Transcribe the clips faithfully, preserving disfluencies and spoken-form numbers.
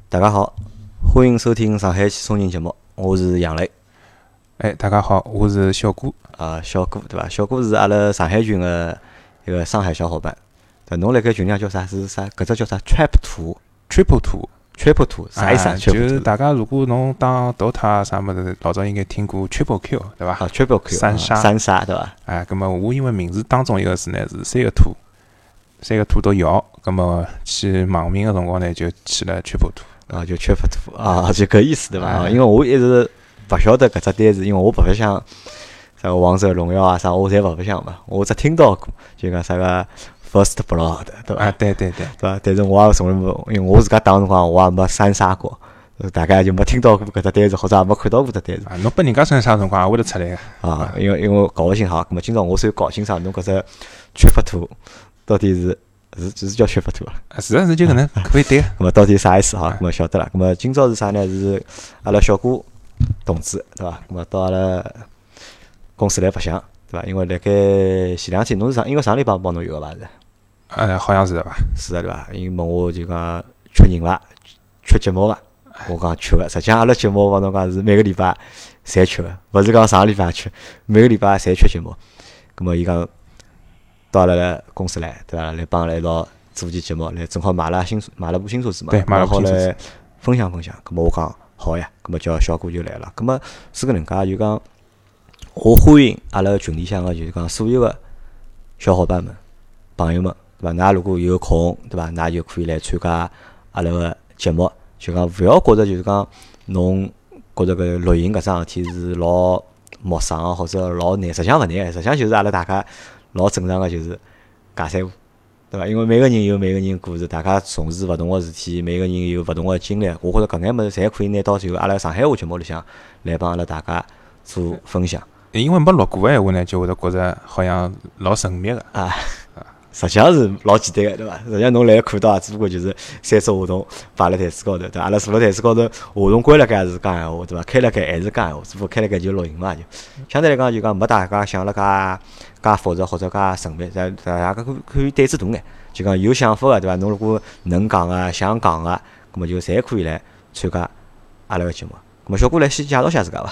大家好，欢迎收听上海汽车人节目，我是杨磊。 哎，大家好，我是小顾。 啊，小顾对伐？小顾是阿拉上海群的一个上海小伙伴。对，侬辣盖群里叫啥？是啥？搿只叫啥 ？Trap Two Triple Two Triple Two 啥意思啊？ 就是大家如果侬打 Dota 啥么子，老早应该听过 Triple Q 对伐？ 啊 ，Triple Q 三杀三杀对伐？ 哎，葛么我因为名字当中一个字呢是三个兔，三个兔都摇，葛么起网名的辰光呢就起了 Triple Two。 啊，就 Triple Two 啊，就搿意思对伐？ 哎因为我一直勿晓得搿只单词，因为我勿白相啥个王者荣耀啊啥，我侪勿白相嘛，我只听到过，就讲啥个 First Blood 对伐？ 啊，对对对， 对伐？但是我也从来没，因为我自家打辰光我也没三杀过，大概就没听到过搿只单词，或者也没看到过搿只单词啊，侬拨人家算啥辰光也会得出来个。 啊。因为因为我搞勿清好，咁么今朝我算搞清爽侬搿只 Triple Two 到底是是就是叫 Triple Two 啊？ 啊是啊是就搿能可以对个。 咁么到底啥意思哈？咁么晓得了。咁么今朝是啥呢？是阿拉小顾同志对伐？咁么到阿拉公司来白相对伐？因为辣盖前两天侬是上，因为上礼拜帮侬有个伐是？ 呃，好像是的吧？ 是的对伐？因为问我就讲缺人伐？缺节目伐？我讲缺个。实际上阿拉节目帮侬讲是每个礼拜侪缺个，勿是讲上个礼拜缺，每个礼拜侪缺节目。咁么伊讲到阿拉公司来对伐？来帮阿拉一道做期节目，来正好买了新买了部新车子嘛， 对买了部好新车子来分享分享。咁么我讲好呀，咁么叫小顾就来了。咁么是搿能介，就讲我欢迎阿拉群里向个就是讲所有个小伙伴们、朋友们，对伐？㑚如果有空，对伐？㑚就可以来参加阿拉个节目，就讲勿要觉着就是讲侬觉着搿录音搿桩事体是老陌生或者老难，实际上勿难，实际上就是阿拉大家老正常个就是尬三胡。对伐？因为每个人有每个人故事，大家从事勿同个事体，每个人有勿同个经历。我觉着搿眼物事侪可以拿到就阿拉上海话节目里向来帮阿拉大家做分享。 因为没录过个闲话呢，就会得觉着好像老神秘个。 啊，实际上是老简单个，对伐？实际上侬来看到啊，只不过就是三只话筒摆辣台子高头，对伐？阿拉坐辣台子高头，话筒关辣盖也是讲闲话，对伐？开辣盖还是讲闲话，只不过开辣盖就录音嘛，就相对来讲就讲没大家想了介介复杂或者介神秘，大大家可可以胆子大眼，就讲有想法个，对伐？侬如果能讲个、想讲个，葛么就侪可以来参加阿拉个节目。葛么小顾来先介绍下自家伐？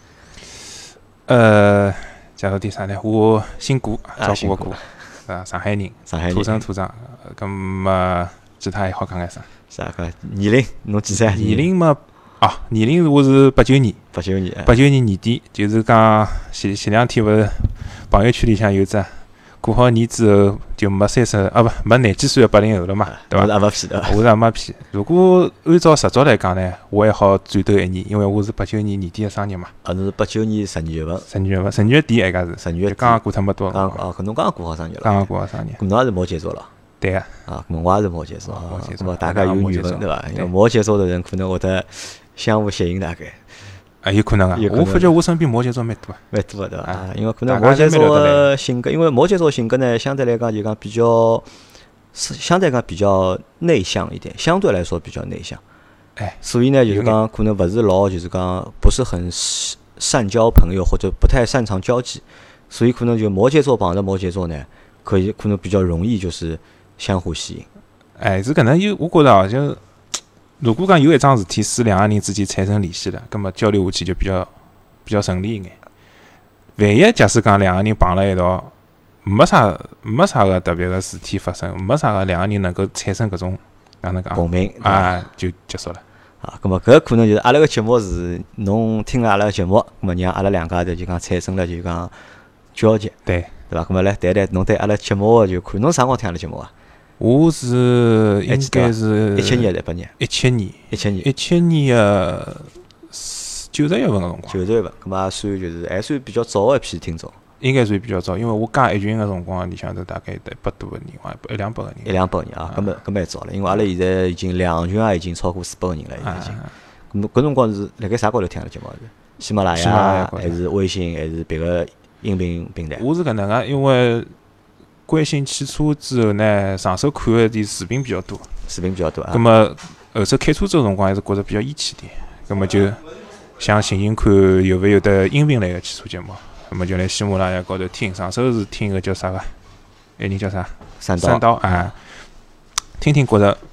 呃，介绍点啥呢？我姓顾， 啊照顾个顾，啊，上海人， 上海人土生土长。咁么其他还好讲眼啥？ 啥个年龄？侬几岁？ 年龄嘛，啊，年龄我是八九年， 八九年。 八九年年底，就是讲前前两天勿是朋友圈里向有只过好年之后就没三十啊不没廿几岁个八零后了嘛，对伐？ 我是阿没屁的。 我是阿妈批。如果按照实照来讲呢，我还好战斗一年，因为我是八九年年底个生日嘛。 啊，侬是八九年十二月份。 十二月份，十二月底还家是。 十二月底就刚刚过脱没多少刚辰光。 哦，搿侬刚刚过好生日了。 刚刚过好生日。 搿侬也是摩羯座了。 对个。 啊，搿我也是摩羯座。 摩羯座搿么大家有缘分对伐？因为摩羯座的人可能会得相互吸引，大概啊，有可能啊。我发觉我身边摩羯座蛮多。 蛮多的对伐？因为可能摩羯座的性格，因为摩羯座性格呢，相对来讲就讲比较，相对来讲比较内向一点，相对来说比较内向。 哎。 所以呢，就是讲可能勿是老，就是讲不是很善交朋友，或者不太擅长交际，所以可能就摩羯座绑着摩羯座呢，可以可能比较容易就是相互吸引。 哎，是搿能有，我觉着哦，就如果讲有一桩事体使两个人之间产生联系了，葛么交流下去就比较比较顺利一眼。万一假使讲两个人碰辣一道，没啥没啥个特别个事体发生，没啥个两个人能够产生搿种哪能讲共鸣啊，就结束了。 啊，咁么搿可能就是阿拉个节目是侬听了阿拉个节目，咁么让阿拉两家头就讲产生了就讲交集， 对对伐？咁么来谈谈侬对阿拉节目个就看侬啥辰光听阿拉节目啊？ 我是应该是一七年还是一八年？ 一七年， 一七年， 一七年个九十月份个辰光， 九十月份，咁么也算就是还算比较早个一批听众， 应该算比较早，因为我加一群个辰光里向头大概一百多个人，一两百个人， 一两百个人啊，咁么咁蛮早了，因为阿拉现在已经两群也已经超过四百个人了，已经。咁么搿辰光是辣盖啥高头听阿拉节目是？喜马拉雅还是微信还是别个音频平台？ 我是搿能个，因为关心汽车之后呢，上手看个点视频比较多， 视频比较多啊。 咁么后头开车子个辰光还是觉着比较义气点，咁么就想寻寻看有勿有得音频类个汽车节目，咁么就来喜马拉雅高头听。上手是听个叫啥个？那人叫啥？ 三刀。 三刀啊，听听觉着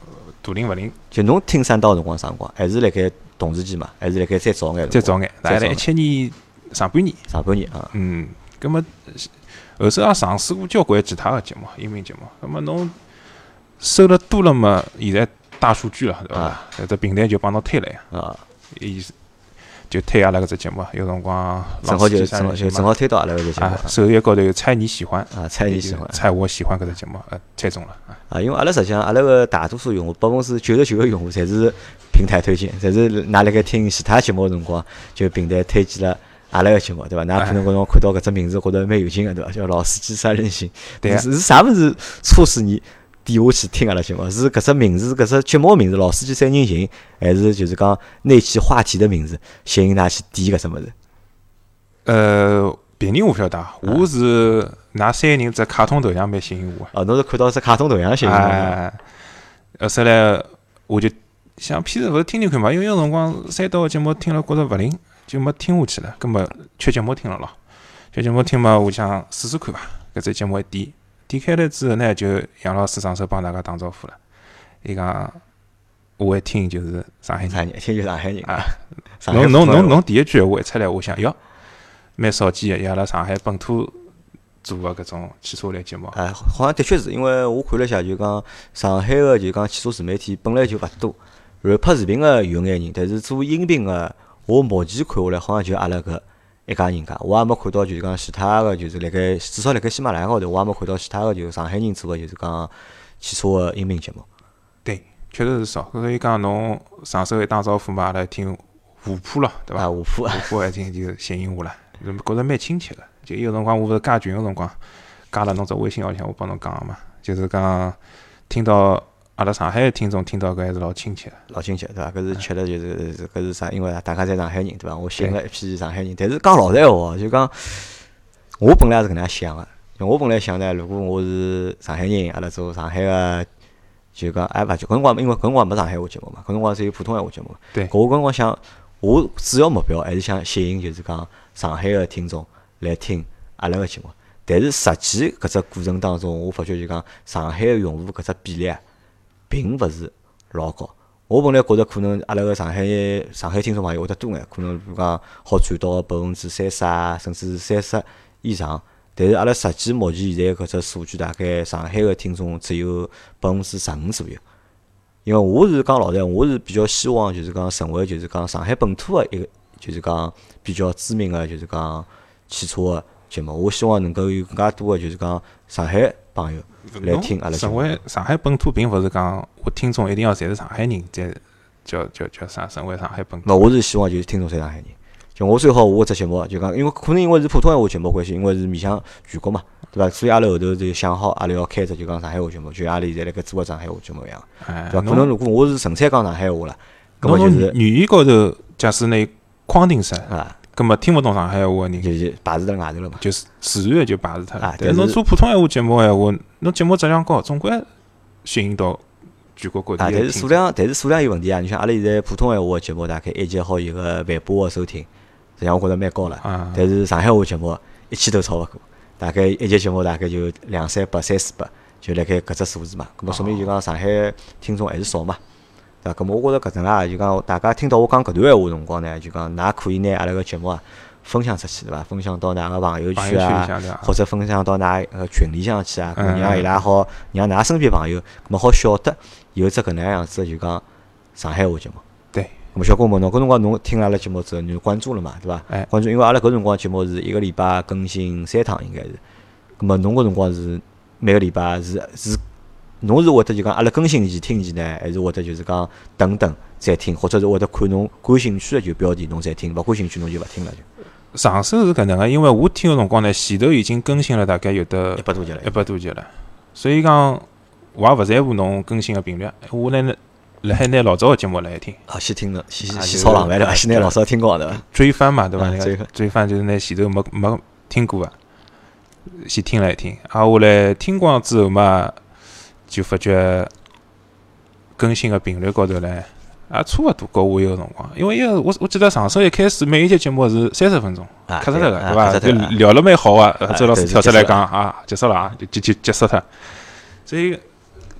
大灵勿灵。 就侬听三刀辰光啥辰光？还是辣盖同时期嘛？还是辣盖再早眼？ 再早眼，大概辣一七年上半年。 上半年啊。 嗯，葛末后首也尝试过交关其他个节目，音频节目。葛末侬收了多了嘛？现在大数据了，对伐？搿只平台就帮侬推了呀。 啊。 伊就推阿拉搿只节目，有辰光正好就正好就正好推到阿拉搿只节目。 啊，首页高头有猜你喜欢啊，猜你喜欢， 猜我喜欢搿只节目，呃，猜中了啊。 啊，因为阿拉实际上阿拉个大多数用户，百分之九十九个用户，侪是平台推荐，侪是㑚辣盖听其他节目个辰光，就平台推荐了阿拉个节目，对伐？㑚可能搿辰光看到搿只名字，觉得蛮有劲个，对伐？叫老司机三人行。 对啊。 是是啥物事促使你点下去听阿拉节目？是搿只名字，搿只节目名字《老司机三人行》，还是就是讲那期话题的名字吸引㑚去点搿只物事？ 呃，别人我勿晓得，我是㑚三人只卡通头像蛮吸引我。 哦，侬是看到只卡通头像吸引侬？ 哎，呃，后来我就想，偏是勿是听听看嘛？因为有辰光三刀个节目听了觉着勿灵，就没听下去了。根本缺节目听了咯，缺节目听嘛，我想试试看伐。搿只节目一点点开来之后呢，就杨老师上手帮大家打招呼了。伊讲我一听就是上海人， 一听就上海人啊。侬侬侬侬第一句话一出来，我想哟，蛮少见个，有阿拉上海本土做个搿种汽车类节目。 哎，好像的确是因为我看了一下，就讲上海个就讲汽车自媒体本来就勿多，然后拍视频个有眼人，但是做音频个，我目前看下来好像就阿拉搿一家人家，我也没看到就是讲其他个，就是辣盖至少辣盖喜马拉雅高头，我也没看到其他个就是上海人做个就是讲汽车个音频节目。 对，确实是少。所以讲侬上手一打招呼嘛，阿拉听虎扑咯，对伐？ 啊，虎扑， 虎扑一听就吸引我了，觉着蛮亲切个。就有辰光我勿是加群个辰光，加了侬只微信号里向，我帮侬讲个嘛，就是讲听到阿拉上海个听众听到搿还是老亲切， 老亲切，对伐？搿是确实就是搿是啥？因为大家侪上海人，对伐？我吸引了一批上海人，但是讲老实闲话，就讲我本来也是搿能样想个，我本来想呢，如果我是上海人，阿拉做上海个，就讲哎勿就搿辰光，因为搿辰光没上海话节目嘛，搿辰光只有普通闲话节目。 对。 搿我搿辰光想，我主要目标还是想吸引就是讲上海个听众来听阿拉个节目。但是实际搿只过程当中，我发觉就讲上海个用户搿只比例啊，并勿是老高。我本来觉着可能阿拉个上海上海听众朋友会得多眼，可能比如讲好占到百分之三十啊，甚至是三十以上。但是阿拉实际目前现在搿只数据，大概上海个听众只有百分之十五左右。因为我是讲老实，我是比较希望就是讲成为就是讲上海本土个一个就是讲比较知名个就是讲汽车个节目。我希望能够有更加多个就是讲上海朋友来听阿拉节目。 成为上海本土，并勿是讲我听众一定要侪是上海人，才叫叫叫啥？成为上海本土。 那我是希望就是听众侪上海人。就我最好我只节目就讲，因为可能因为是普通闲话节目关系，因为是面向全国嘛，对伐？所以阿拉后头就想好，阿拉要开只就讲上海话节目，就像阿拉现在辣盖做个上海话节目一样，对伐？可能如果我是纯粹讲上海话了，搿么就是语言高头，假使拿框定死啊， 搿么听勿懂上海话个人就排除辣外头了嘛， 就是自然就排除脱了。 但是侬做普通闲话节目闲话，侬节目质量高，总归吸引到全国各地。 啊，但是数量，但是数量有问题啊！你像阿拉现在普通闲话个节目，大概一集好有个万把个收听。实际上我觉着蛮高了， 啊、 但是上海话节目一千都超勿过，大概一集节目大概就两三百、三四百，就辣盖搿只数字嘛。咁么说明就讲上海听众还是少嘛，对伐？咁么我觉着搿阵啊，就讲大家听到我讲搿段闲话辰光呢，就讲㑚可以拿阿拉个节目啊分享出去，对伐？分享到㑚个朋友圈啊，或者分享到㑚个群里向去啊，咁让伊拉好，让㑚身边朋友，咁么好晓得有只搿能样子就讲上海话节目。 对。 咁小公问侬，搿辰光侬听阿拉节目之后，侬关注了嘛，对伐？ 哎， 关注，因为阿拉搿辰光节目是一个礼拜更新三趟，应该是。咁么侬搿辰光是每个礼拜是是，侬是会得就讲阿拉更新前听前呢，还是会得就是讲等等再听，或者是会得看侬感兴趣的就标题侬再听，勿感兴趣侬就勿听了就。 上手是搿能个，因为我听个辰光呢，前头已经更新了大概有得一百多集了， 一百多集了，所以讲我也勿在乎侬更新个频率，我呢。辣海拿老早个节目来听， 啊，先听了，先先炒冷饭对伐？先拿老早听过对伐？ 追番嘛对伐？ 追番追番就是拿前头没没听过个，先听来听。啊，我来听光之后嘛，就发觉更新个频率高头唻，也差勿多高我有个辰光。因为一个我我记得上手一开始每一集节目是三十分钟，卡脱脱个对伐？就聊了蛮好个，周老师跳出来讲啊，结束了啊，就就就结束脱。所以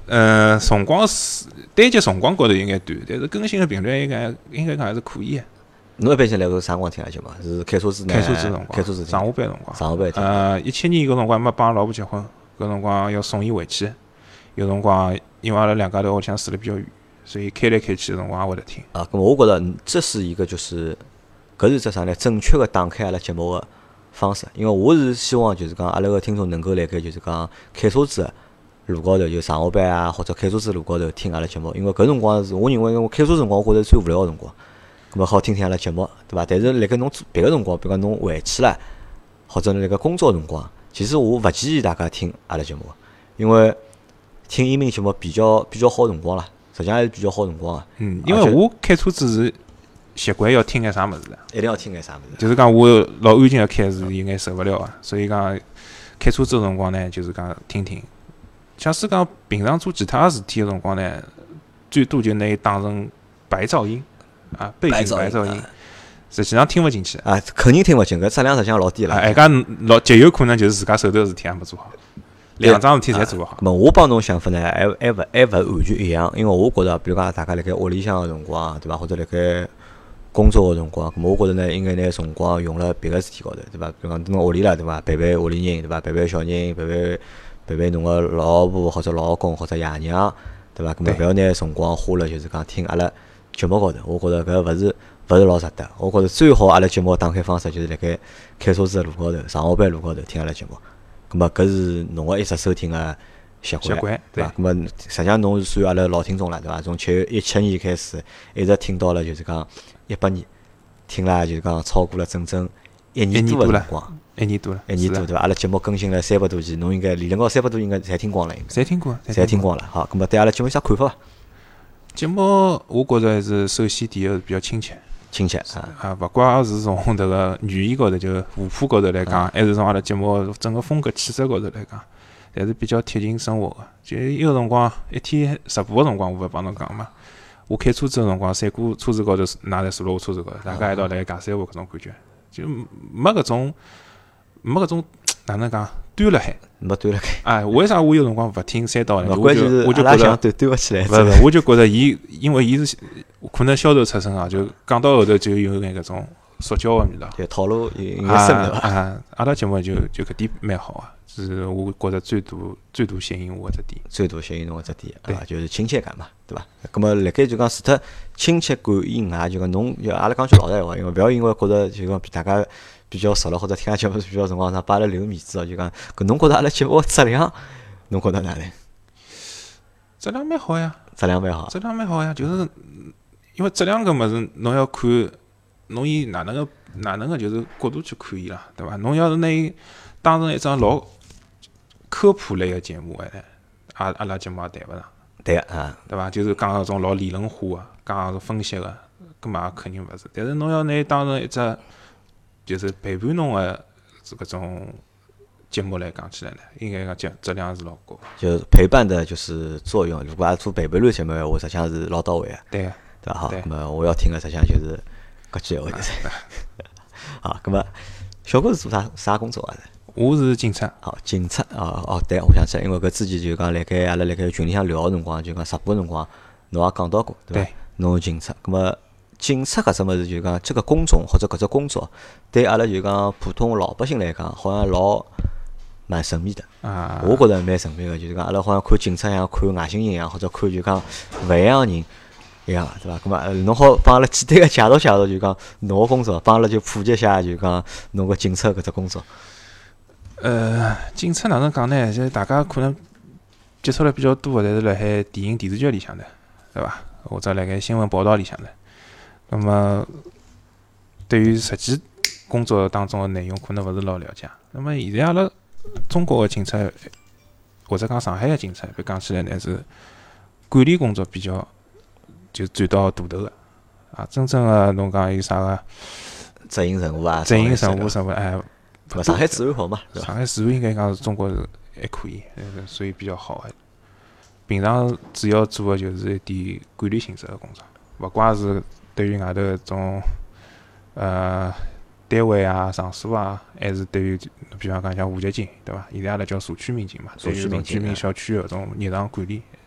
呃，辰光是单节辰光高头应该短，但是更新的频率应该应该讲还是可以的。 侬一般性来说啥辰光听阿拉节目？是开车子呢？ 开车子辰光， 开车子上下班辰光。 上下班听。 呃，一七年搿辰光没帮老婆结婚，搿辰光要送伊回去，有辰光因为阿拉两家头屋里向住得比较远，所以开来开去的辰光也会得听。 啊，咁我觉着这是一个就是搿是只啥呢？正确的打开阿拉节目的方式，因为我是希望就是讲阿拉个听众能够辣盖就是讲开车子路高头就上下班啊，或者开车子路高头听阿拉节目，因为搿辰光是我认为我开车辰光我觉着最无聊个辰光，咁么好听听阿拉节目，对伐？但是辣盖侬别个辰光，比如讲侬回去了，或者辣盖工作辰光，其实我勿建议大家听阿拉节目，因为听音频节目比较比较耗辰光啦，实际上还是比较耗辰光个。 嗯，因为我开车子是习惯要听眼啥物事的， 一定要听眼啥物事。 就是讲我老安静个开是有眼受勿了个，所以讲开车子个辰光呢，就是讲听听。假使讲平常做其他事体个辰光呢，最多就拿伊当成白噪音啊，背景白噪音，实际上听勿进去啊，肯定听勿进，搿质量实际上老低了。 哎，家老极有可能就是自家手头事体还没做好，两桩事体侪做勿好。 咁我帮侬想法呢，还还勿还勿完全一样，因为我觉着，比如讲大家辣盖屋里向个辰光，对伐？或者辣盖工作个辰光，咁我觉着呢，应该拿辰光用辣别个事体高头，对伐？比如讲侬屋里了，对伐？陪陪屋里人，对伐？陪陪小人，陪陪陪陪侬个老婆或者老公或者爷娘，对伐？咁么勿要拿辰光花了，就是讲听阿拉节目高头。我觉着搿勿是勿是老值得。我觉着最好阿拉节目打开方式就是辣盖开车子个路高头、上下班路高头听阿拉节目。咁么搿是侬个一直收听个习惯，对伐？咁么实际上侬是算阿拉老听众了，对伐？从七一七年开始，一直听到了就是讲一八年，听了就是讲超过了整整一年多个辰光， 一年多了， 一年多对伐？阿拉节目更新了三百多期，侬应该理论高三百多应该侪听光了，应该侪听过， 侪听光了。好，咁么对阿拉节目有啥看法伐？ 节目我觉着还是首先第一个是比较亲切。 亲切啊！ 啊，勿怪是从迭个语言高头，就语法高头来讲，还是从阿拉节目整个风格气质高头来讲，还是比较贴近生活个。就有辰光一天直播个辰光，我勿帮侬讲嘛。我开车子个辰光，三过车子高头，㑚侪坐辣我车子高头，大家一道辣盖驾三胡搿种感觉，就没搿种没搿种哪能讲端辣海。 没端辣海。 哎，为啥我有辰光勿听三刀呢？ 关键是我就觉着端端勿起来。 勿勿，我就觉着伊，因为伊是可能销售出身啊，就讲到后头就有眼搿种塑胶个味道。 对，套路有有眼深对伐？ 啊，阿拉节目就就搿点蛮好啊，是我觉着最大最大吸引我个只点。 最大吸引侬个只点啊，就是亲切感嘛，对伐？咁么辣盖就讲除脱亲切感以外，就讲侬就阿拉讲句老实闲话，因为勿要因为觉着就讲大家比较熟了，或者听阿拉节目比较辰光长，把阿拉留面子哦，就讲搿侬觉着阿拉节目质量，侬觉着哪能？ 质量蛮好呀， 质量蛮好， 质量蛮好呀，就是因为质量搿物事，侬要看侬以哪能个哪能个就是角度去看伊啦，对伐？侬要是拿伊当成一桩老科普类个节目哎，阿阿拉节目也谈勿上。 对啊， 对伐？就是讲搿种老理论化个，讲是分析个，搿嘛肯定勿是。但是侬要拿伊当成一只就是陪伴侬个是搿种节目来讲起来呢，应该讲质质量是老高。 就是陪伴的就是作用。如果阿做陪伴类节目，我实际上是老到位个。 对个， 对伐？好，那么我要听个实际上就是搿句闲话就是。好，那么小哥是做啥啥工作啊？ 我是警察。 好，警察哦哦，对，我想起来，因为搿之前就讲辣盖阿拉辣盖群里向聊个辰光，就讲直播个辰光，侬也讲到过，对伐？侬是警察，那么警察搿只物事就讲这个工种或者搿只工作，对阿拉就讲普通老百姓来讲，好像老蛮神秘的。 啊， 我觉着蛮神秘个，就是讲阿拉好像看警察一样，看外星人一样，或者看就讲勿一样人一样，对伐？咁么侬好帮阿拉简单个介绍介绍，就讲侬个工作，帮阿拉就普及一下，就讲侬个警察搿只工作。 呃，警察哪能讲呢？就是大家可能接触了比较多的，侪是辣海电影电视剧里向的，对伐？或者辣盖新闻报道里向的。那么对于实际工作当中的内容，可能勿是老了解。那么现在阿拉中国的警察，或者讲上海的警察，别讲起来呢是管理工作比较就占到大头个啊。真正的侬讲有啥个执行任务啊？ 执行任务什么哎。 上海治安好嘛？ 上海治安应该讲是中国是还可以，所以比较好的。平常主要做的就是一点管理性质的工作，勿怪是对于外头搿种呃单位啊、场所啊，还是对于比方讲像户籍警，对伐？现在阿拉叫社区民警嘛，对于搿种居民小区的搿种日常管理，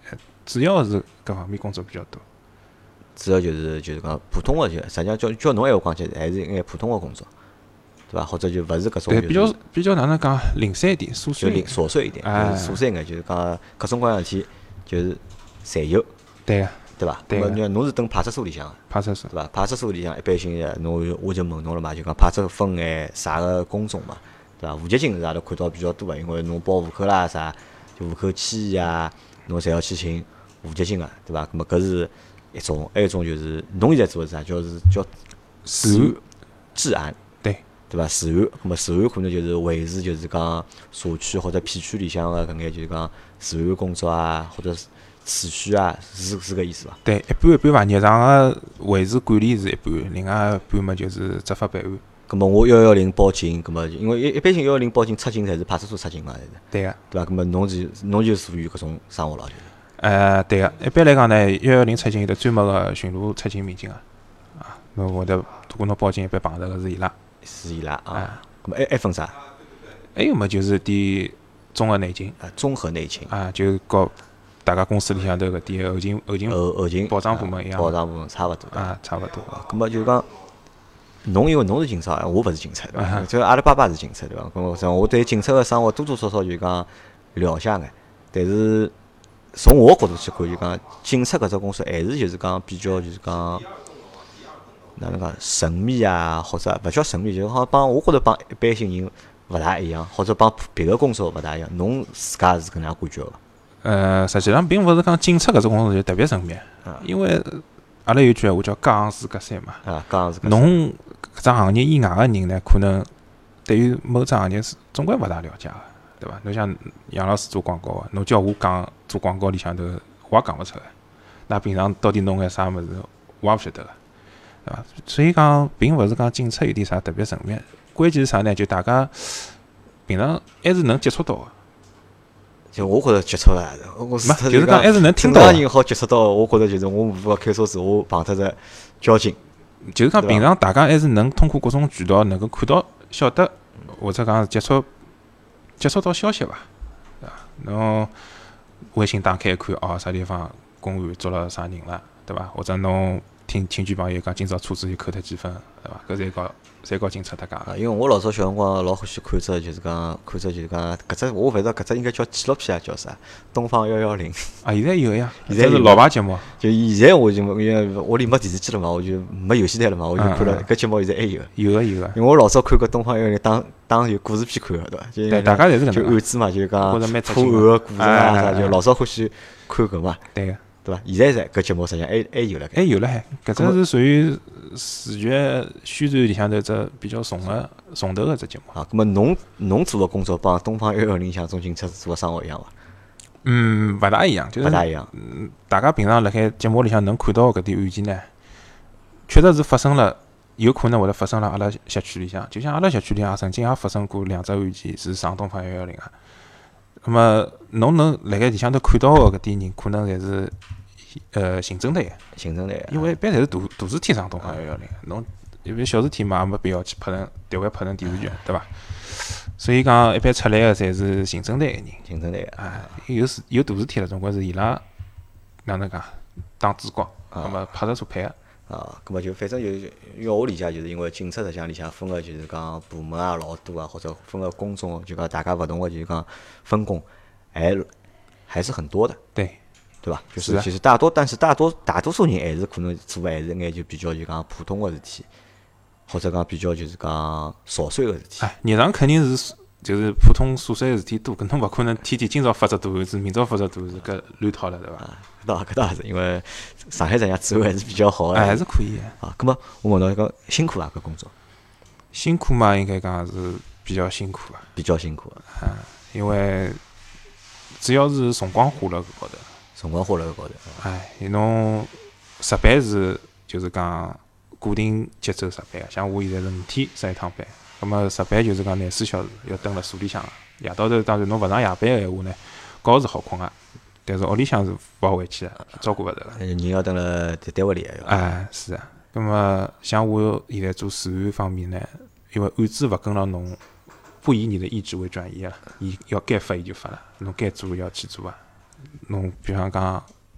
主要是搿方面工作比较多。 主要就是就是讲普通个就，实际上叫叫侬闲话讲起来，还是一眼普通个工作，对伐？或者就勿是搿种对， 就比较比较哪能讲零散一点，琐就零碎一点。 琐碎一点， 哎就是琐碎一眼，就是讲各种各样事体，就是侪有， 对个， 对伐？ 对个咾么侬是蹲派出所里向个， 派出所。 对伐？派出所里向一般性个，侬我就问侬了嘛，就讲派出所分眼啥个工种嘛，对伐？户籍警是阿拉看到比较多个，因为侬报户口啦啥，就户口迁移啊，侬侪要去寻户籍警个，对伐？咾么搿是一种，还有一种就是侬现在做的是啥？叫是叫治安， 治安， 对对伐？治安，咾么治安可能就是维持就是讲社区或者片区里向个搿眼就是讲治安工作啊，或者秩序啊，是是搿意思伐？ 对，一半一半伐。日常个维持管理是一半，另外一半嘛就是执法办案。 咁么我幺幺零报警，咁么因为一一般性幺幺零报警出警侪是派出所出警嘛，侪是， 对个， 对伐？咁么侬就侬就属于搿种生活咯，就是。 呃，对个。一般来讲呢，幺幺零出警有得专门个巡逻出警民警个，啊，侬会得如果侬报警，一般碰着个是伊拉。 是伊拉啊啊。 咁么还还分啥？ 还有么就是点综合内勤啊，综合内勤、 啊，就和大家公司里向头搿点后勤后勤后后勤、 保障部门一样保障部门差勿多。 啊，差勿多。 咁么就是讲，侬因为侬是警察，我勿是警察，对伐？ 啊就阿拉爸爸是警察，对伐？咁么像我对警察个生活多多少少就讲了解眼，但是从我角度去看，就讲警察搿只工作还是就是讲比较就是讲哪能讲神秘啊，或者勿叫神秘，就是好像帮我觉着帮一般性人勿大一样，或者帮别个工作勿大一样。侬自家是搿能样感觉个？ 呃，实际上并勿是讲警察搿只工作就特别神秘，因为阿拉有句闲话叫隔行如隔山嘛。 啊，讲是搿。 侬搿只行业以外个人呢，可能对于某只行业是总归勿大了解个，对伐？侬像杨老师做广告个，侬叫我讲做广告里向头，我也讲勿出来。那平常到底弄眼啥物事，我也勿晓得个，对伐？所以讲，并勿是讲警察有点啥特别神秘，关键是啥呢？就大家平常还是能接触到个。 就我觉着接触了，我是没就是讲还是能听到的正常人好接触到，我觉着就是我如果开车子，我碰着只交警， 就是讲平常大家还是能通过各种渠道能够看到、晓得，或者讲是接触接触到消息伐，对伐？侬微信打开一看，哦，啥地方公安捉了啥人了，对伐？或者侬听亲戚朋友讲，今朝车子又扣脱几分，对伐？搿侪告侪告警察搭界啊，因为我老早小辰光老欢喜看只，就是讲看只就是讲搿只，我勿晓得搿只应该叫纪录片啊，叫啥？东方幺幺零。 啊，现在有呀， 现在这是老牌节目。 就现在我就因为屋里没电视机了嘛，我就没游戏台了嘛，我就看了搿节目现在还有。 有个有个。 因为我老早看过东方幺幺零，当当有故事片看个，对伐？就对，大家侪是搿就能。 案子嘛，就讲或者蛮破案个故事啊啥，就老早欢喜看搿嘛。 对个。 对伐？现在在搿节目实际上还还有了。 还有了海，搿只是属于视觉宣传里向头只比较重个重头个只节目。 啊，咁么侬侬做个工作帮东方幺幺零像种警察做个生活一样伐？ 嗯，勿大一样，就是勿大一样。 嗯，大家平常辣海节目里向能看到搿点案件呢，确实是发生了，有可能会得发生了阿拉辖区里向。就像阿拉辖区里向曾经也发生过两只案件是上东方幺幺零个。那么侬能辣盖里向头看到个搿点人，可能侪是呃刑侦队个， 刑侦队， 因为一般侪是大大事体上东方幺幺零，侬因为小事体嘛，也没必要去拍成调回拍成电视剧，对伐？所以讲一般出来个侪是刑侦队个人， 刑侦队啊，有事有大事体了，总归是伊拉哪能讲打主角，那么派出所配个。 啊，咁么就反正就，因为我理解就是因为警察实际上里向分个就是讲部门啊老多啊，或者分个工种，就讲大家勿同个就是讲分工，还还是很多的， 对， 对伐？就是其实大多，但是大多大多数人还是可能做还是眼就比较就讲普通个事体，或者讲比较就是讲琐碎个事体。 哎，日常肯定是就是普通琐碎个事体多，搿侬勿可能天天今朝发只大案子，明朝发只大案子，搿乱套了，对伐？ 搿倒搿倒也是，因为上海人家治安还是比较好个。 哎，还是可以个。啊，葛末我问侬讲辛苦伐？搿工作？ 辛苦嘛，应该讲是比较辛苦个。 比较辛苦个。 啊，因为主要是辰光花辣搿高头。 辰光花辣搿高头。 哎，侬值班是就是讲固定节奏值班个，像我现在是五天值一趟班，葛末值班就是讲廿四小时要蹲辣所里向个。夜到头当然侬勿上夜班个闲话呢，觉是好困个。但是屋里向是勿好回去个，照顾勿着个。 人要蹲辣单位里个。 哎，是啊。咁么像我现在做治安方面呢，因为案子勿跟牢侬，不以你的意志为转移啊，伊要该发伊就发了，侬该做要去做啊。侬比方讲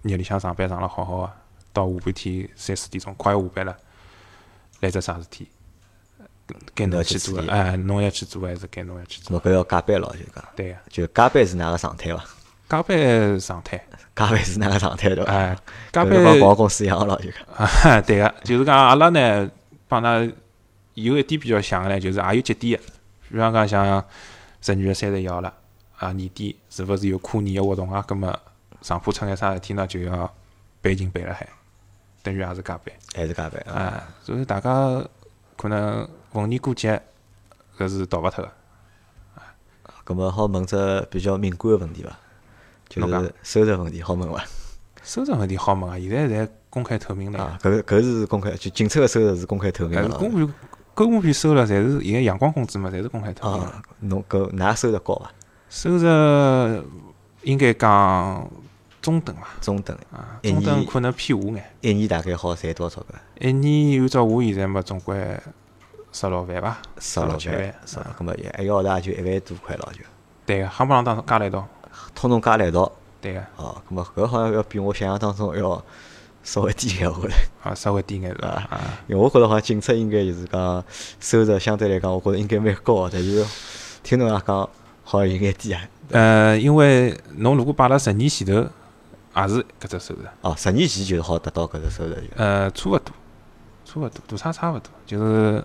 日里向上班上了好好个，到下半天三四点钟快要下班了，来只啥事体，该侬去做个，哎，侬要去做还是该侬要去做？ 咾搿要加班咯，就讲。 对个， 就加班是哪个常态伐？ 加班常态。 加班是哪个常态对伐？ 哎，加班跟广告公司一样咯，就讲。 啊，对个，就是讲阿拉呢帮㑚有一点比较像个呢，就是也有节点个，比方讲像十二月三十一号了，啊年底是勿是有跨年个活动啊？葛末上铺出眼啥事体呢，就要备勤备辣海，等于也是加班。 还是加班啊？ 啊，所以大家可能逢年过节搿是逃勿脱个。 咁么好问只比较敏感个问题伐？就是收入问题好问伐？ 收入问题好问啊，现在侪公开透明了。 啊，搿搿是公开，就警察个收入是公开透明个。 个。 公务员公务员收入侪是现在阳光工资嘛，侪是公开透明个。 啊，侬搿㑚收入高伐？ 收入应该讲中等伐？ 中等啊，中等可能偏下眼。 一年大概好赚多少个？ 一年按照我现在嘛，总归十六万伐？ 十六万， 七万。 是吧？搿么一个号头也就一万多块咯，就。 对个，夯不啷当加了一道。 通通加了一道。 对个。 哦，搿么搿好像要比我想象当中要稍微低眼，我觉着。 啊，稍微低眼是伐？啊。 因为我觉着好像警察应该就是讲收入相对来讲，我觉着应该蛮高，但是听侬讲好像有眼低啊。 呃，因为侬如果摆辣十年前头，也是搿只收入。 哦，十年前就是好达到搿只收入。 呃，差勿多，差勿多，大差差勿多，就是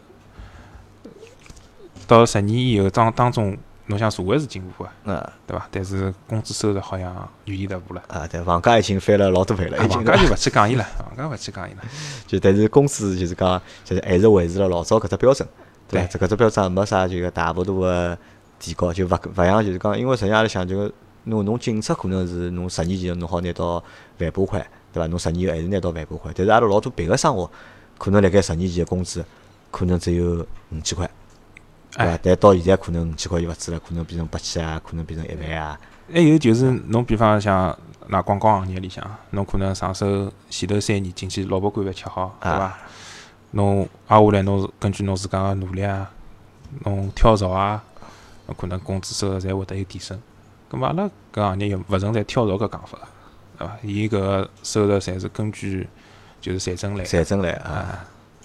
到十年以后当当中。侬想社会是进步个， 啊， 对伐？但是工资收入好像原地踏步了。 啊，对，房价已经翻了老多倍了，已经。 房价就勿去讲伊了，房价勿去讲伊了。 就但是工资就是讲，就是还是维持了老早搿只标准，对伐？这搿只标准没啥就个大幅度个提高，就勿勿像就是讲，因为实际阿拉想就个，侬侬警察可能是侬十年前侬好拿到万把块，对伐？侬十年后还是拿到万把块，但是阿拉老多别个生活，可能辣盖十年前个工资可能只有五千块。对伐？但到现在可能五千块就勿止了，可能变成八千啊，可能变成一万啊。 还有就是侬比方像那广告行业里向，侬可能上手前头三年进去，老婆干饭吃好，对伐？侬挨下来侬是根据侬自家个努力啊，侬跳槽啊，侬可能工资收入侪会得有提升。咁么阿拉搿行业又勿存在跳槽搿讲法，对伐？伊搿个收入侪是根据就是财政来。 财政来啊。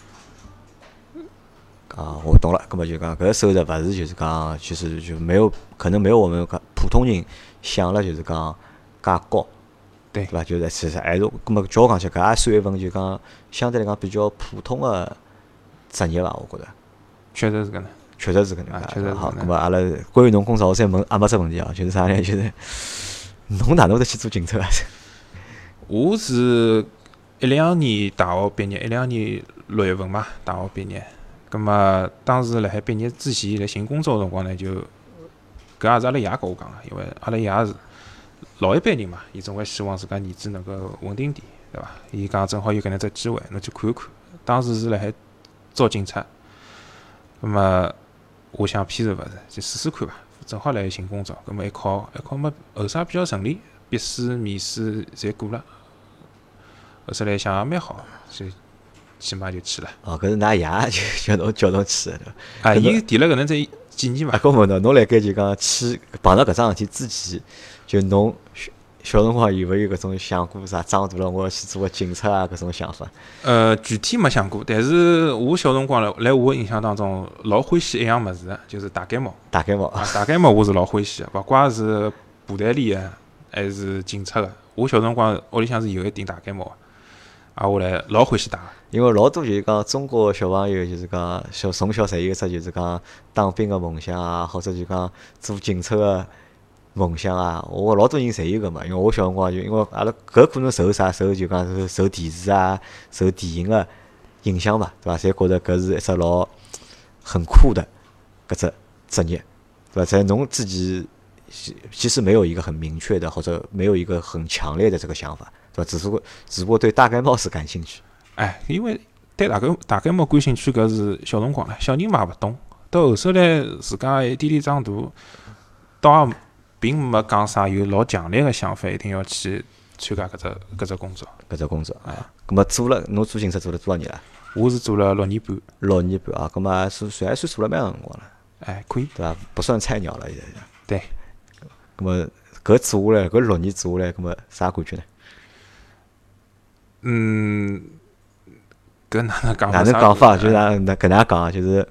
啊，我懂了。咁么就讲，搿收入勿是就是讲，其实就没有可能没有我们普通人想了就是讲介高， 对对伐？就是其实还是，咁么叫我讲起，搿也算一份就讲相对来讲比较普通个职业伐？我觉着。 确实是搿能。 确实是搿能。 啊，确实是。 好，咁么阿拉关于侬工作，我再问阿没只问题啊，就是啥呢？就是侬哪能会得去做警察啊？ 我是一两年大学毕业，一两年六月份嘛，大学毕业。咁么当时辣海毕业之前，辣寻工作个辰光呢，就搿也是阿拉爷跟我讲个，因为阿拉爷是老一辈人嘛，伊总归希望自家儿子能够稳定点，对伐？伊讲正好有搿能只机会，侬去看看。当时是辣海招警察，咁么我想偏头勿是，就试试看伐。正好辣海寻工作，咁么一考一考嘛，后生比较顺利，笔试、面试侪过了，后头来想也蛮好，就。起码就去了。 哦，搿是㑚爷就叫侬叫侬去的，对伐？ 啊，伊提了搿能只建议嘛。 啊，搿问侬，侬辣盖就讲去碰到搿桩事体之前，就侬小辰光有勿有搿种想过啥？长大了我要去做个警察啊？搿种想法？ 呃，具体没想过，但是我小辰光辣辣我个印象当中，老欢喜一样物事，就是大盖帽。 大盖帽啊，大盖帽我是老欢喜个，勿怪是部队里个还是警察个。我小辰光屋里向是有一顶大盖帽个。啊，我来老欢喜打， 因为老多就是讲中国小朋友就是讲小从小侪有一只就是讲当兵个梦想啊，或者就讲做警察个梦想啊。我老多人侪有个嘛，因为我小辰光就因为阿拉搿可能受啥受就讲是受电视啊、受电影个影响吧，对伐？侪觉着搿是一只老很酷的搿只职业，对伐？在侬自己其实没有一个很明确的或者没有一个很强烈的这个想法。对吧？只不过只不过对大盖帽是感兴趣。 哎，因为对大盖大盖帽感兴趣，搿是小辰光唻，小人嘛也勿懂。到后首来自家一点点长大，倒也并没讲啥有老强烈个想法，一定要去参加搿只搿只工作。 搿只工作啊，咁么做了，侬做警察做了多少年了？ 我是做了六年半。 六年半啊，咁么算算还算做了蛮长辰光了。 哎，可以， 对伐？不算菜鸟了，现在。 对。 咁么搿做下来，搿六年做下来，咁么啥感觉呢？ 嗯，搿哪能讲？ 哪能讲法？就哪能搿能讲，就是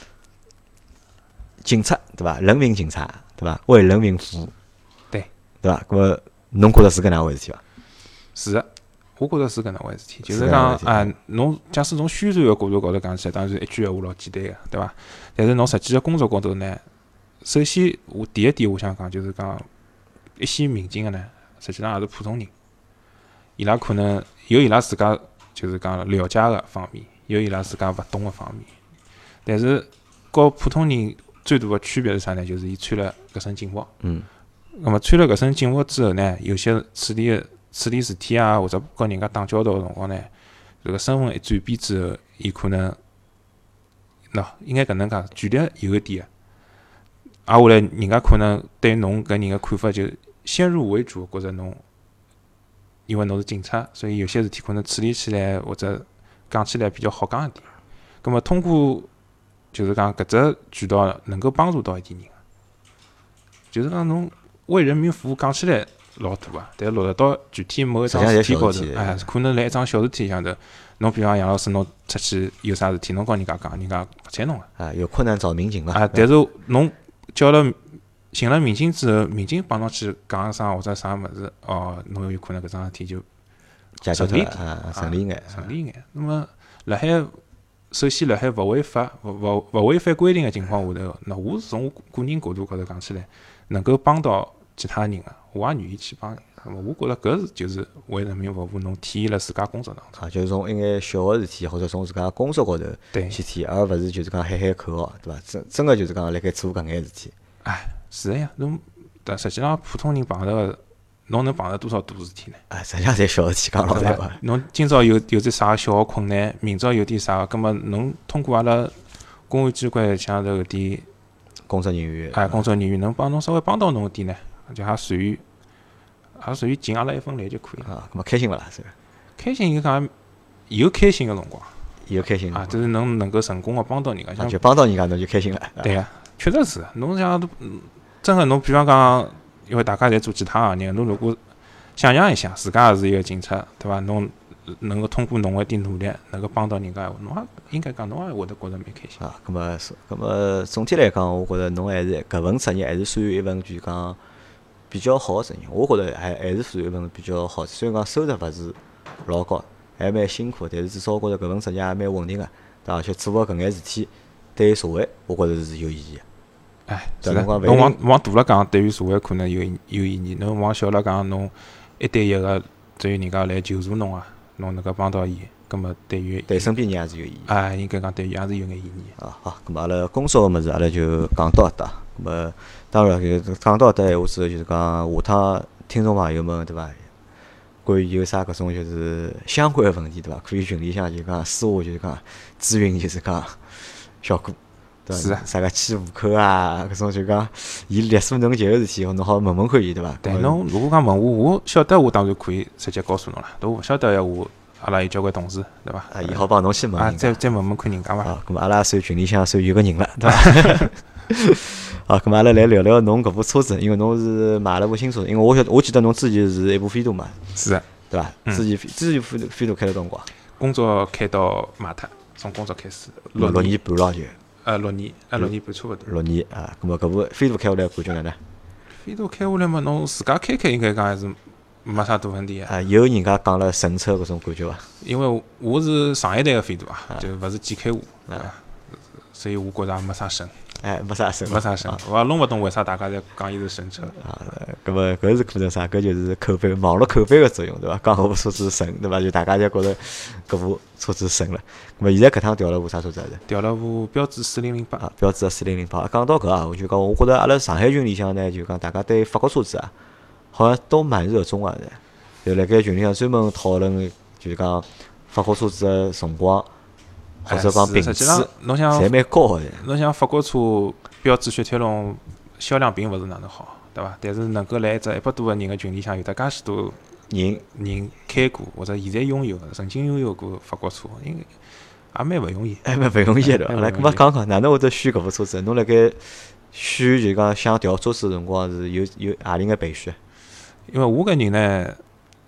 警察对伐？人民警察对伐？为人民服务， 对对伐？搿么侬觉着是搿能回事体伐？ 是的，我觉着是搿能回事体，就是讲啊，侬假使从宣传个角度高头讲起来，当然一句闲话老简单个，对伐？但是侬实际个工作高头呢，首先我第一点我想讲就是讲，一线民警个呢，实际上也是普通人，伊拉可能有伊拉自家就是讲了解个方面，有伊拉自家勿懂个方面，但是和普通人最大个区别是啥呢？就是伊穿了搿身警服。 嗯。 那么穿了搿身警服之后呢，有些处理个处理事体啊，或者跟人家打交道个辰光呢，这个身份一转变之后，伊可能喏，应该搿能讲，权力有一点个，挨下来人家可能对侬搿人个看法就先入为主，觉着侬因为侬是警察，所以有些事体可能处理起来或者讲起来比较好讲一点。葛末通过就是讲搿只渠道能够帮助到一点人，就是讲侬为人民服务讲起来老大啊，但落实到具体某一桩事体高头，哎，可能辣一桩小事体上头，侬比方杨老师侬出去有啥事体，侬跟人家讲，人家勿睬侬个。 啊，有困难找民警嘛。 啊，但是侬叫了寻了民警之后，民警帮侬去讲啥或者啥物事，哦，侬有可能搿桩事体就解决脱了啊，顺利眼， 顺利眼。那么辣海首先辣海勿违法、勿勿勿违反规定个情况下头，那我是从我个人角度高头讲起来，能够帮到其他人个，我也愿意去帮人。那么我觉着搿是就是为人民服务，侬体现了自家工作当中。 啊，就是从一眼小个事体，或者从自家工作高头去体现，而勿是就是讲喊喊口号，对伐？真真个就是讲辣盖做搿眼事体。 哎，是个呀，侬但实际上普通人碰到个，侬能碰到多少大事体呢？ 哎，实际上侪小事体，讲老实话。 侬今朝有有只啥个小个困难，明朝有点啥个，葛末侬通过阿拉公安机关像头搿点工作人员， 哎，工作人员能帮侬稍微帮到侬一点呢，就也属于也属于尽阿拉一份力就可以了。 啊，葛末开心勿啦？是开心就讲有开心个辰光， 有开心啊，就是侬能够成功个帮到人家， 啊，就帮到人家侬就开心了。 对呀，确实是。侬像真个侬比方讲，因为大家侪做其他行业，侬如果想象一下，自家也是一个警察，对伐？侬能够通过侬个一点努力，能够帮到人家，侬也应该讲侬也会得觉着蛮开心。 啊，葛末，葛末总体来讲，我觉着侬还是搿份职业还是属于一份就是讲比较好个职业。我觉着还还是属于一份比较好，虽然讲收入勿是老高，还蛮辛苦，但是至少我觉着搿份职业也蛮稳定个，对伐？而且做个搿眼事体对社会，我觉着是有意义个。 哎，是的，侬往往大了讲，对于社会可能有有意义；侬往小了讲，侬一对一个，只有人家来求助侬啊，侬能够帮到伊，葛末对于对身边人也是有意义。 哎，应该讲对伊也是有眼意义。 啊，好，葛末阿拉工作个物事，阿拉就讲到搿搭。葛末当然，就讲到搿搭闲话之后，就是讲下趟听众朋友们，对伐？关于有啥搿种就是相关个问题，对伐？可以群里向就讲私下就是讲咨询，就是讲小哥。 是啊， 啥个去户口啊，搿种就讲伊力所能及个事体，侬好问问看伊，对伐？ 对，侬如果讲问我，我晓得我当然可以直接告诉侬了。如果勿晓得个话，阿拉有交关同事，对伐？ 啊，伊好帮侬去问。 啊，再再问问看人家伐。 啊，咁阿拉算群里向算有个人了，对伐？好，咁阿拉来聊聊侬搿部车子，因为侬是买了部新车，因为我晓我记得侬之前是一部飞度嘛。 是的， 对伐？之前之前飞度飞度开了多少辰光？ 工作开到卖脱，从工作开始六六年半了就。 呃，六年，呃，六年半差勿多。 六年啊，咁么搿部飞度开下来感觉哪能？ 飞度开下来嘛，侬自家开开应该讲还是没啥大问题啊。有人家讲了神车搿种感觉伐？ 因为我是上一代个飞度啊，就勿是 G K 五啊，所以我觉着也没啥神。 哎，没啥神， 没啥神，我也弄勿懂为啥大家侪讲伊是神车啊？搿么搿是可能啥？搿就是口碑，网络口碑个作用，对伐？讲搿部车子神，对伐？就大家侪觉着搿部车子神了。搿么现在搿趟调了部啥车子？ 调了部标致四零零八啊，标致四零零八。讲到搿啊，我就讲，我觉着阿拉上海群里向呢，就讲大家对法国车子啊，好像都蛮热衷个，就辣盖群里向专门讨论，就是讲法国车子个辰光。或者讲品质， 侬想侪蛮高的。 侬想法国车标致雪铁龙销量并勿是哪能好，对伐？但是能够辣一只一百多个人个群里向有得介许多人人开过，或者现在拥有、曾经拥有过法国车，应该也蛮勿容易， 还蛮勿容易的。来，搿么讲讲哪能会得选搿部车子？侬辣盖选就讲想调车子个辰光是有有何里眼备选？ 因为我搿人呢，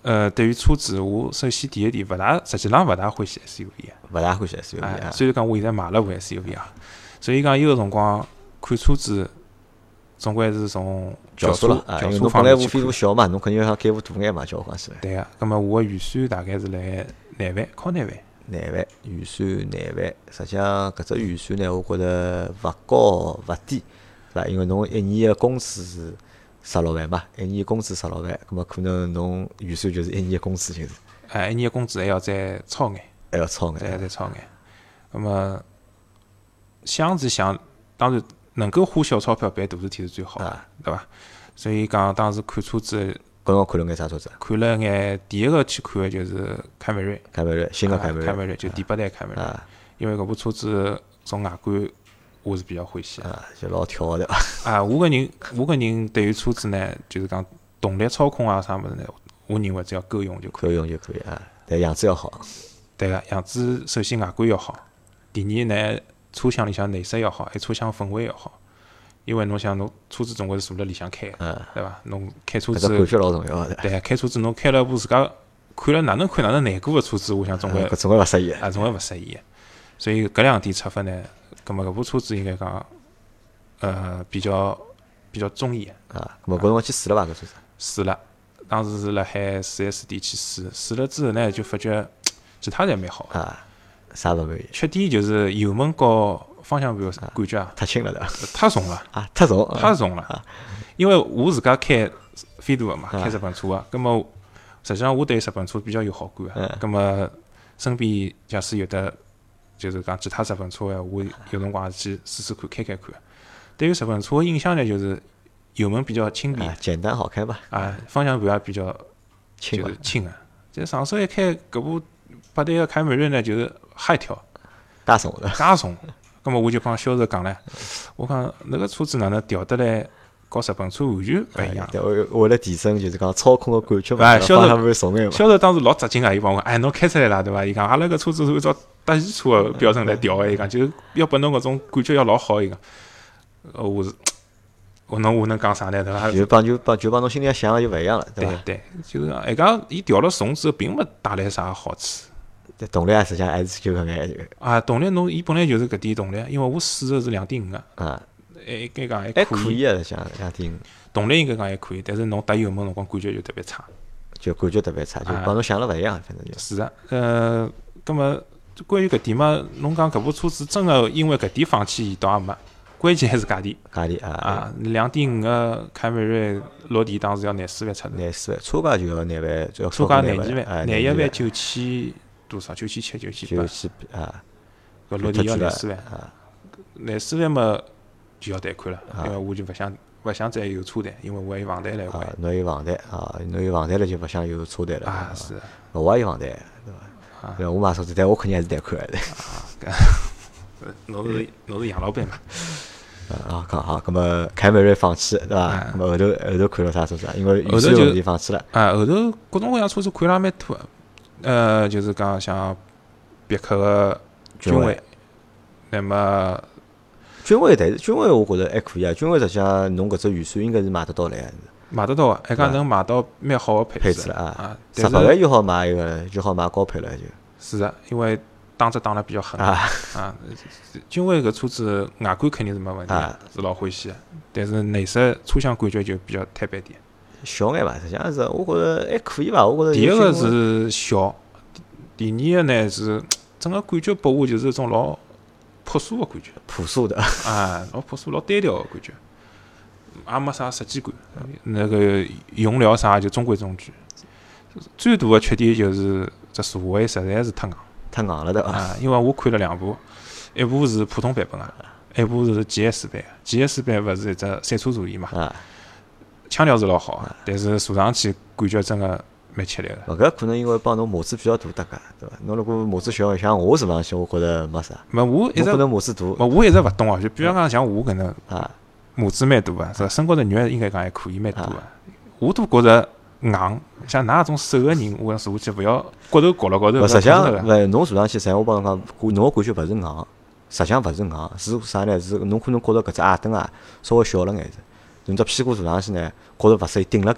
呃，对于车子，我首先第一点，勿大，实际上勿大欢喜 S U V 啊。 勿大欢喜 S U V 啊。 啊。 虽然讲我现在买了部 S U V 啊，所以讲有个辰光看车子，总归是从轿车、 啊， 轿因为侬本来部飞度去小嘛，侬肯定要改部大眼嘛，交关是伐？ 对个，咁么我个预算大概是辣廿万，靠廿万。 廿万预算廿万，实际上搿只预算呢，我觉着勿高勿低，是伐？因为侬一年个工资是十六万嘛，一年工资十六万，咁么可能侬预算就是一年工资就是。 哎，一年工资还要再超眼， 还要超眼， 再再超眼。咁么想是想，当然能够花小钞票办大事体是最好的，对伐？所以讲当时看车子， 搿辰光看了眼啥车子？看了眼第一个去看的就是凯美瑞， 凯美瑞，新的凯美瑞， 凯美瑞就第八代凯美瑞，因为搿部车子从外观我是比较欢喜啊，就老跳的啊。我个人，我个人对于车子呢，就是讲动力操控啊啥物事呢，我认为只要够用就可以， 够用就可以啊。但样子要好， 对个，样子首先外观要好，第二呢，车厢里向内饰要好，还车厢氛围要好。因为侬想，侬车子总归是坐辣里向开个，对伐？侬开车子， 感觉老重要的。 对，开车子侬开了部自家看了哪能看哪能难过个车子，我想总归总归勿适意啊，总归勿适意。所以搿两点出发呢，葛末搿部车子应该讲，呃，比较比较中意啊。葛末搿辰光去试了伐？搿车子试了，当时是辣海四 S 店去试，试了之后呢，就发觉其他侪蛮好啊。啥勿满意？ 缺点就是油门和方向盘感觉啊， 太轻了对伐？ 太重了啊，太重， 太重了。因为我自家开飞度个嘛，开日本车个，葛末实际上我对日本车比较有好感个，葛末身边假使有的就是讲其他日本车个，我有辰光也去试试看，开开看。对于日本车个印象呢，就是油门比较轻便， 简单好开吧。 啊，方向盘也比较轻， 就是轻个。就上手一开搿部八代个凯美瑞呢，就是吓一跳， 介重的， 介重。咁么我就帮销售讲唻，我讲那个车子哪能调得来，和日本车完全勿一样。 为为了提升就是讲操控个感觉嘛， 哎，销售重眼嘛。 销售当时老扎劲啊，伊帮我，哎，侬开出来了对伐？伊讲阿拉个车子是按照德系车个标准来调个，伊讲就是要拨侬搿种感觉要老好，伊讲。呃，我是，我能我能讲啥呢？对伐？ 就帮就帮就帮侬心里想个就勿一样了， 对伐？ 对，就是讲，伊讲伊调了重之后，并没带来啥好处。 动力啊，实际上还是就搿眼就。 啊，动力侬伊本来就是搿点动力，因为我试个是两点五个。 啊。 还应该讲还还可以啊，像两点五。 动力应该讲还可以，但是侬踏油门辰光感觉就特别差。 就感觉特别差，就帮侬想了勿一样，反正就。 是啊，呃，葛末关于搿点嘛，侬讲搿部车子真个因为搿点放弃倒也没，关键还是价钿。 价钿啊。 啊，两点五个凯美瑞落地当时要廿四万出头。 廿四万，车价就要廿万，就要车价廿二万，廿一万九千多少？九千七、九千八。 九千啊。 搿落地要廿四万。啊。廿四万嘛就要贷款了，因为我就勿想勿想再有车贷，因为我还有房贷来还。 侬有房贷啊，侬有房贷了就勿想有车贷了。 啊，是。 我也有房贷，对伐？对，我买车子，但我肯定还是贷款的。 啊，侬是侬是杨老板嘛？ 啊，讲好，咁么凯美瑞放弃，对伐？咁么后头后头看了啥车子啊？因为预算问题放弃了。 啊，后头各种各样车子看了也蛮多，呃，就是讲像别克个君威，那么君威，但是君威我觉着还可以啊。君威实际上侬搿只预算应该是买得到来， 买得到个，还讲能买到蛮好个配置了啊。 十八万就好买一个，就好买高配了就。 是的，因为打折打了比较狠啊。啊，君威搿车子外观肯定是没问题，是老欢喜个，但是内饰车厢感觉就比较摊板点。 小眼伐，实际上是我觉着还可以伐，我觉着。 第一个是小，第二个呢是整个感觉拨我就是一种老朴素个感觉。 朴素的。 啊，老朴素、老单调个感觉，也没啥设计感。那个用料啥就中规中矩。最大个缺点就是这座位实在是太硬。 太硬了的啊！因为我看了两部，一部是普通版本啊，一部是 G S 版。G S 版勿是一只赛车座椅嘛？ 啊， 腔调是老好个，但是坐上去感觉真个蛮吃力个。 搿可能因为帮侬码子比较大搭界，对伐？侬如果码子小，像我坐上去，我觉着没啥。 没我一直可能码子大。 我一直勿懂哦，就比方讲像我搿能啊， 码子蛮大个，是吧？身高头肉应该讲还可以，蛮大个。我都觉着。硬，像㑚种瘦个人，我坐下去勿要骨头搞了高头。 实际上，勿侬坐上去，实际上我帮侬讲，侬个感觉勿是硬，实际上勿是硬，是啥呢？是侬可能觉着搿只矮凳啊稍微小了眼子，侬只屁股坐上去呢，觉着勿适意顶辣盖，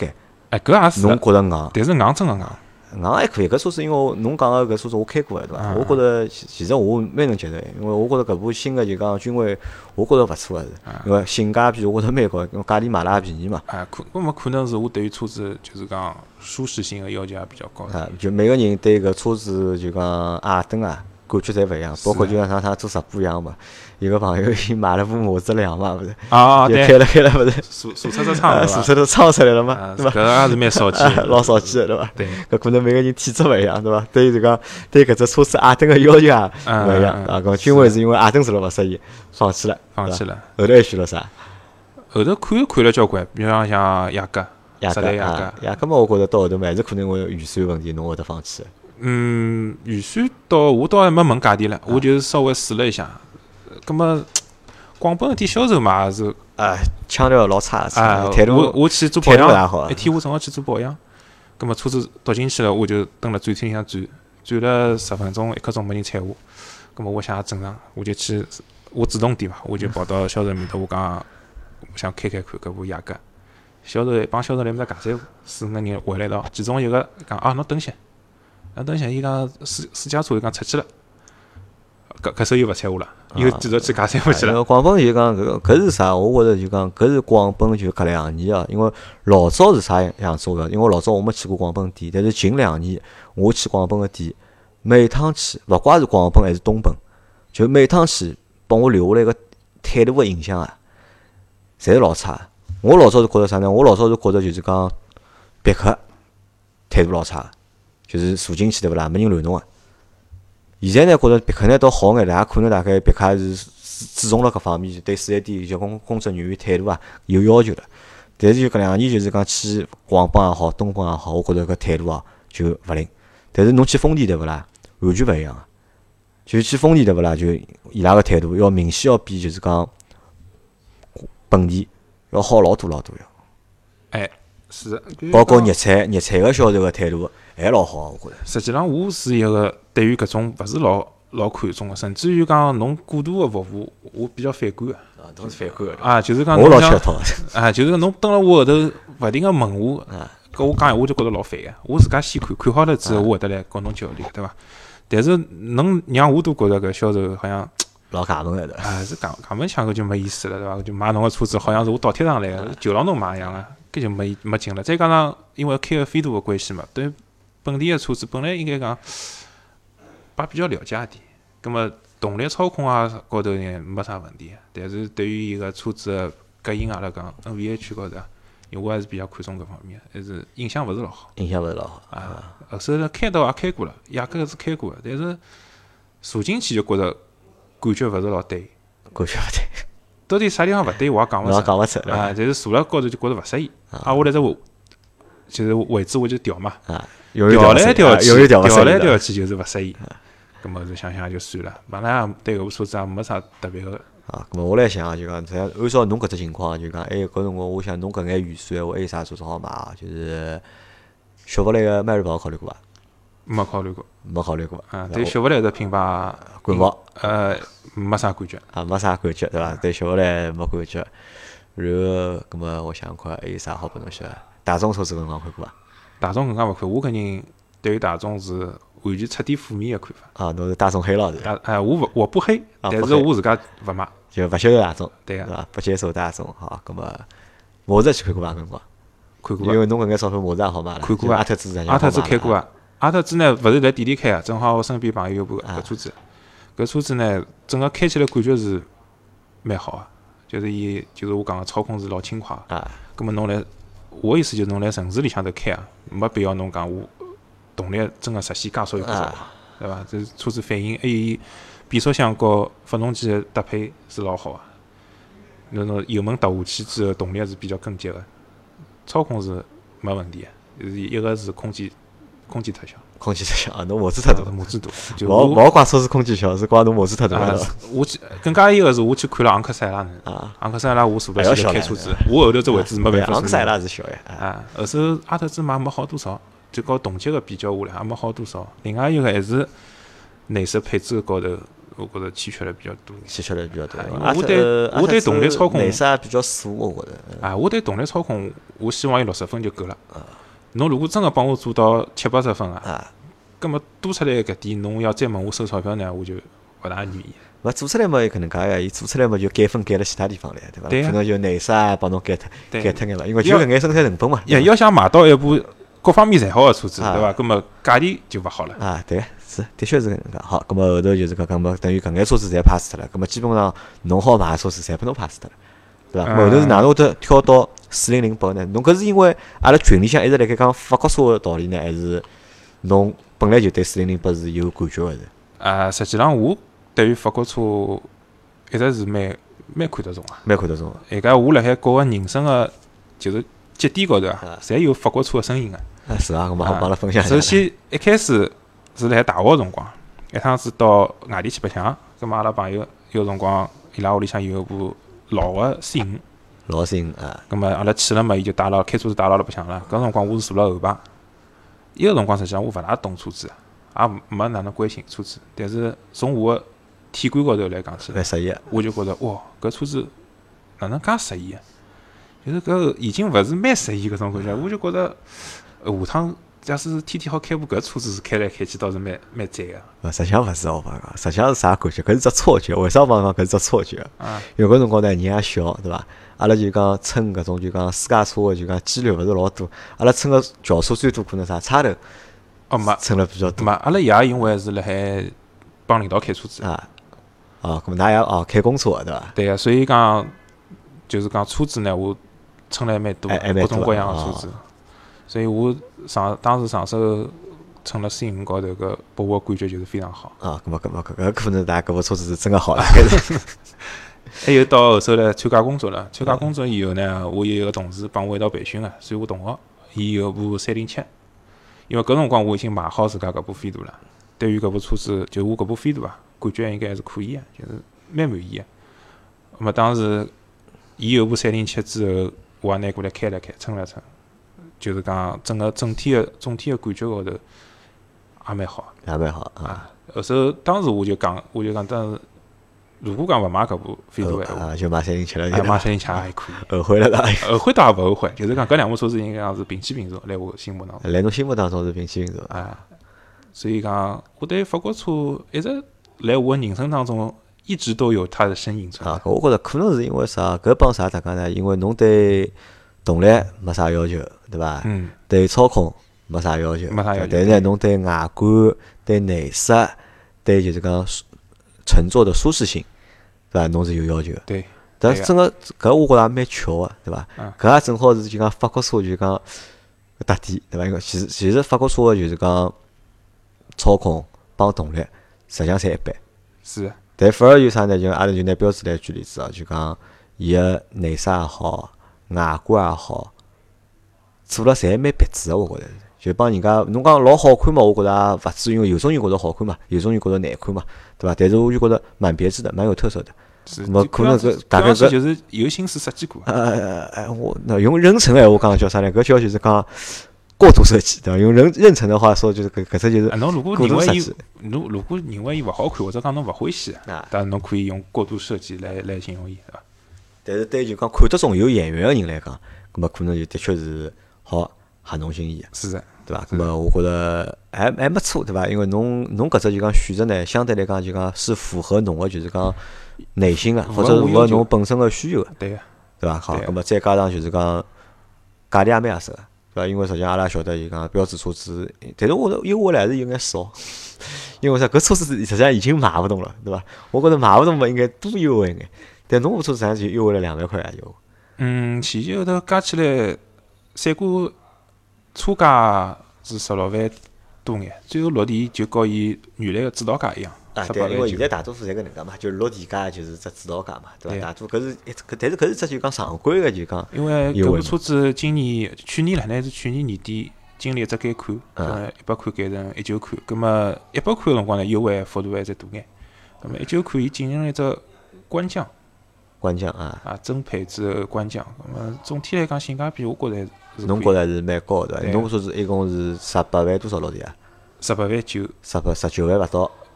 哎，搿也是侬的， 觉着硬？ 但是硬真个硬。 硬还可以，搿车子因为我侬讲个搿车子我开过个对伐？ 嗯我觉着其其实我蛮能接受的，因为我觉着搿部新个就讲君威，我觉着勿错个是，因为性价比我觉着蛮高，因为价钿买了也便宜嘛。 哎，可搿么可能是我对于车子就是讲舒适性个要求也比较高。 啊，就每个人对搿车子就讲矮灯啊，感觉侪勿一样，包括就像像他做直播一样嘛。有个朋友伊买了部马自两嘛，勿是？ 啊， 就对， 开了开了，勿是？ 数数出只窗啊， 对伐？ 数出都窗出来了嘛， 啊， 对伐？ 搿个也是蛮少见的， 老少见个对伐？ 对， 搿可能每个人体质勿一样，对伐？对于就讲对搿只车子矮灯个要求也嗯勿一样啊。搿君威是因为矮灯实在勿适宜，放弃了， 放弃了。 后头还选了啥？ 后头看又看了交关，比方像雅阁、 雅阁十代雅啊， 阁。 雅阁嘛，我觉着到后头嘛，还是可能因为预算问题，侬会得放弃。 嗯，预算倒我倒还没问价钿了，我就是稍微试了一下。葛么广本店销售嘛也是啊，腔调老差， 啊， 态度我我去做保态度勿大好养，一天我正好去做保养，葛么车子倒进去了，我就蹲辣展厅里向转，转了十分钟一刻钟没人睬我，葛么我想也正常，我就去我主动点伐，我就跑到销售面头，我讲我想开开看搿部雅阁，销售一帮销售来面搭尬三胡，四五个人围了一道，其中一个讲啊侬等歇，啊等歇，伊讲私私家车伊讲出去了。搿搿手又勿睬我了，又继续去尬三胡去了。 广本就讲搿搿是啥？我觉着就讲搿是广本就搿两年啊，因为老早是啥样子个？因为老早我没去过广本店，但是近两年我去广本个店，每趟去，勿怪是广本还是东本，就每趟去帮我留下来个态度个印象啊，侪是老差。我老早是觉着啥呢？我老早是觉着就是讲别克态度老差，就是坐进去对勿啦，没人拦侬个。现在呢，觉着别克呢倒好眼了，也可能大概别克是注重了搿方面，对四 S 店就工工作人员态度啊有要求了。但是就搿两年就是讲去广本也好，东本也好，我觉着搿态度啊就勿灵。但是侬去丰田对勿啦，完全勿一样个。就去丰田对勿啦，就伊拉个态度要明显要比就是讲本田要好老多老多要。 哎，是。 包括日产，日产个销售个态度还老好，我觉着。 实际上，我是一个对于搿种勿是老老看重个，甚至于讲侬过度个服务，我比较反感个。 啊，都是反感个。 啊，就是讲我老侬像吃一套。 啊，就是侬蹲辣我后头勿停个问我， 啊， 搿我讲闲话就觉着老烦个。我自家先看看好了之后，我会得来跟侬交流，对伐？但是侬让我都觉着搿销售好像老假门来的。 啊是讲讲门腔搿就没意思了，对伐？就买侬个车子好像是我倒贴上来个，就让侬买一样个，搿就没没劲了。再加上因为开个飞度个关系嘛，对本地个车子本来应该讲把比较了解一点，葛末动力操控啊高头呢没啥问题，但是对于一个车子个隔音啊来讲 ，N V A 区高头，因为我还是比较看重搿方面，还是印象勿是老好印象勿是老好。 啊。后首来开到也开过了，雅阁是开过个，但是坐进去就觉着感觉勿是老对。 感觉勿对。 到底啥地方勿对，我也讲勿侬也出讲勿出对伐啊。但是坐辣高头就觉着勿适意啊。我辣只位就是位置我就调嘛， 啊，永远调勿适来调去， 啊永远调勿适调来的调去就是勿适意。咁么就想想就算了，本来也对搿部车子也没啥特别个。 啊，咁么我来想啊，就讲，像按照侬搿只情况，就讲，哎，搿辰光我想侬搿眼预算，我还有啥车子好买啊？就是雪佛兰个迈锐宝考虑过伐？ 没考虑过没考虑过啊。对雪佛兰这品牌， 感冒呃，没啥感觉。 啊，没啥感觉对伐？对雪佛兰没感觉。然后，咁么我想看还有啥好拨侬选？大众车子搿辰光看过伐？ 大众更加勿看，我搿人对于大众是完全彻底负面个看法。 啊，侬是大众黑了是伐？ 大哎，我勿我不黑，但啊不黑是我自家勿买。 就勿接受大众， 对个， 对伐？不接受大众，好，咁么马自去看过伐？搿辰光， 看过啊， 因为侬搿眼钞票马自也好买了， 看过啊阿特兹人家阿特兹好买了开过啊。阿特兹呢，勿是辣店里开啊，正好我身边朋友有部啊搿车子，搿车子呢，整个开起来感觉是蛮好啊，就是伊就是我讲个操控是老轻快个。 啊葛末侬来，我意思就是侬来城市里向头开啊，没必要侬讲我动力真个实现加速有多少， 啊对伐？这车子反应还有伊变速箱和发动机个搭配是老好个。侬侬油门踏下去之后，动力是比较跟结个，操控是没问题个。就是一个是空间空间特效， 空气太小啊，侬马子太大， 模子大，就勿我勿怪车子空气小，是怪侬马子太大啊了， 我去更加一个是我去看了昂克赛拉呢， 啊。 昂克赛拉我坐还要小来得起来开车子，我后头这位置是没办法昂克赛坐的。 拉是小呀，啊啊，后首阿特兹嘛没好多少，就和同级个比较下来也没好多少。另外一个还是内饰配置高头， 我觉着欠缺了比较多。 欠缺了比较多。 我对我对动力操控内刹比较素，我觉着。 啊，我对动力操控，我希望有六十分就够了。侬如果真个帮我做到七八十分啊，葛末多出来搿点，侬要再问我收钞票呢，我就勿大愿意。 勿做出来嘛，有搿能介个，伊做出来嘛就减分减了其他地方来，对伐？ 对可能就内刹帮侬减脱减脱眼了，因为就搿眼生产成本嘛。 要要想买到一部各方面侪好个车子，对伐？葛末价钿就勿好了。 啊，对，是，的确是搿能介。好，葛末后头就是讲，葛末等于搿眼车子侪 pass 脱了，葛末基本上侬好买个车子侪拨侬 pass 脱了，对伐？后头是哪能会得跳到四零零八呢？侬搿是因为阿拉群里向一直辣盖讲法国车个道理呢，还是侬本来就对四零零八是有感觉个是？ 啊，实际上我对于法国车一直是蛮蛮看得重啊， 蛮看得重。 而家我辣海各个人生个就是节点高头啊，侪有法国车个身影个。 啊，是啊，搿么好帮阿拉分享一下。 首先一开始是辣海大学个辰光，一趟子到外地去白相，葛末阿拉朋友有辰光伊拉屋里向有一部老个 C 五， 老 C 五啊， 葛末阿拉去了嘛，伊就带牢开车子带牢辣白相了。搿辰光我是坐辣后排，伊个辰光实际上我勿大懂车子，也没哪能关心车子，但是从我个体感高头来讲起， 蛮适意个， 我就觉着哇，搿车子哪能介适意啊？就是搿已经勿是蛮适意搿种感觉，我就觉着下趟假使天天好开部搿车子开来开去，倒是蛮蛮赞个。 勿，实际上勿是我帮讲，实际上是啥感觉？搿是只错觉。为啥帮讲搿是只错觉？ 啊， 因为搿辰光呢人也小，对伐？阿拉就讲乘搿种就讲私家车个就讲几率勿是老多。阿拉乘个轿车最多可能啥差头， 哦没， 乘了比较多。 没，阿拉爷因为是辣海帮领导开车子啊，哦，搿么㑚也哦开公车对伐？ 对个，所以讲就是讲车子呢，我乘了还蛮多，各种各样个车子。所以我上当时上手乘了 C 五高头，搿拨我感觉就是非常好。 啊，搿么搿么搿可能大搿部车子是真个好了。 还有到后首来参加工作了，参加工作以后呢，我有一个同事帮我一道培训个，算我同学，伊有部三零七，因为搿辰光我已经买好自家搿部飞度了。对于搿部车子，就我搿部飞度啊，感觉应该还是可以个，就是蛮满意个。那么当时伊有部三零七之后，我也拿过来开了开，乘了乘。就是讲整个整体的总体的感觉高头也蛮好， 也蛮好啊。 后首当时我就讲，我就讲，当时如果讲勿买搿部飞度闲话， 就买三零七了， 哎，买三零七还可以。 后悔了啦， 后悔倒也勿后悔，就是讲搿两部车子应该讲是平起平坐，辣我心目当中。 辣侬心目当中是平起平坐啊，所以讲我对法国车一直辣我人生当中一直都有它的身影存在。 啊，我觉着可能是因为啥？搿帮啥大家呢？因为侬对动力没啥要求，对伐？ 嗯。 对操控没啥要求， 没啥要求。 但是呢，侬对外观、对内饰、对就是讲乘坐的舒适性，对伐？侬是有要求的。 对。 但是整个搿我觉着也蛮巧个，对伐？搿也正好是就讲法国车就讲特点，对伐？因为其实其实法国车个就是讲操控帮动力实际上侪一般。 是。 但反而有啥呢？就阿拉就拿标志来举例子啊，就讲伊个内饰也好。外观也好，做了侪蛮别致个，我觉着就帮人家侬讲老好看嘛，我觉着也勿至于，因为有种人觉着好看嘛，有种人觉着难看嘛，对伐？但是我就觉着蛮别致的，蛮有特色的。 是， 么可能搿大概搿就是有心思设计过。 呃呃呃，我那用任成闲话讲叫啥呢？搿叫就是讲过度设计，对伐？用任任成的话说，就是搿搿只就是侬如果过度设计。 侬如果认为伊勿好看，或者讲侬勿欢喜，但是侬可以用过度设计来来形容伊，对伐？ 但是对就讲看得中有眼缘个人来讲，咁么可能就的确是好合侬心意， 是的， 对伐？咁么我觉着还还没错，对伐？因为侬侬搿只就讲选择呢，相对来讲就讲是符合侬个就是讲内心个，或者是符合侬本身个需求个， 对个， 对伐？好，咁么再加上就是讲价钿也蛮合适个，对伐？因为实际上阿拉晓得就讲标致车子，但是我优惠了还是有眼少，因为啥？搿车子实际上已经买勿动了，对伐？我觉着买勿动嘛，应该多优惠眼。但侬部车实际上就优惠了两万块啊，就。 嗯，前前后头加起来，三个车价是十六万多眼，最后落地就和伊原来个指导价一样， 啊，对，因为现在大多数侪搿能介嘛，就落地价就是只指导价嘛，对伐？大多搿是一，搿但是搿是只就讲常规个就讲。 因为搿部车子今年、去年了，乃是去年年底经历一只改款，呃，一百款改成一九款，葛末一百款个辰光呢，优惠幅度还再大眼，葛末一九款伊进行了一只官降。 官降啊！ 啊，增配之后官降，咁么总体来讲性价比，我觉着是。 侬觉着是蛮高的，侬说是一共是十八万多少落地啊？ 十八万九。 十八十九万勿到。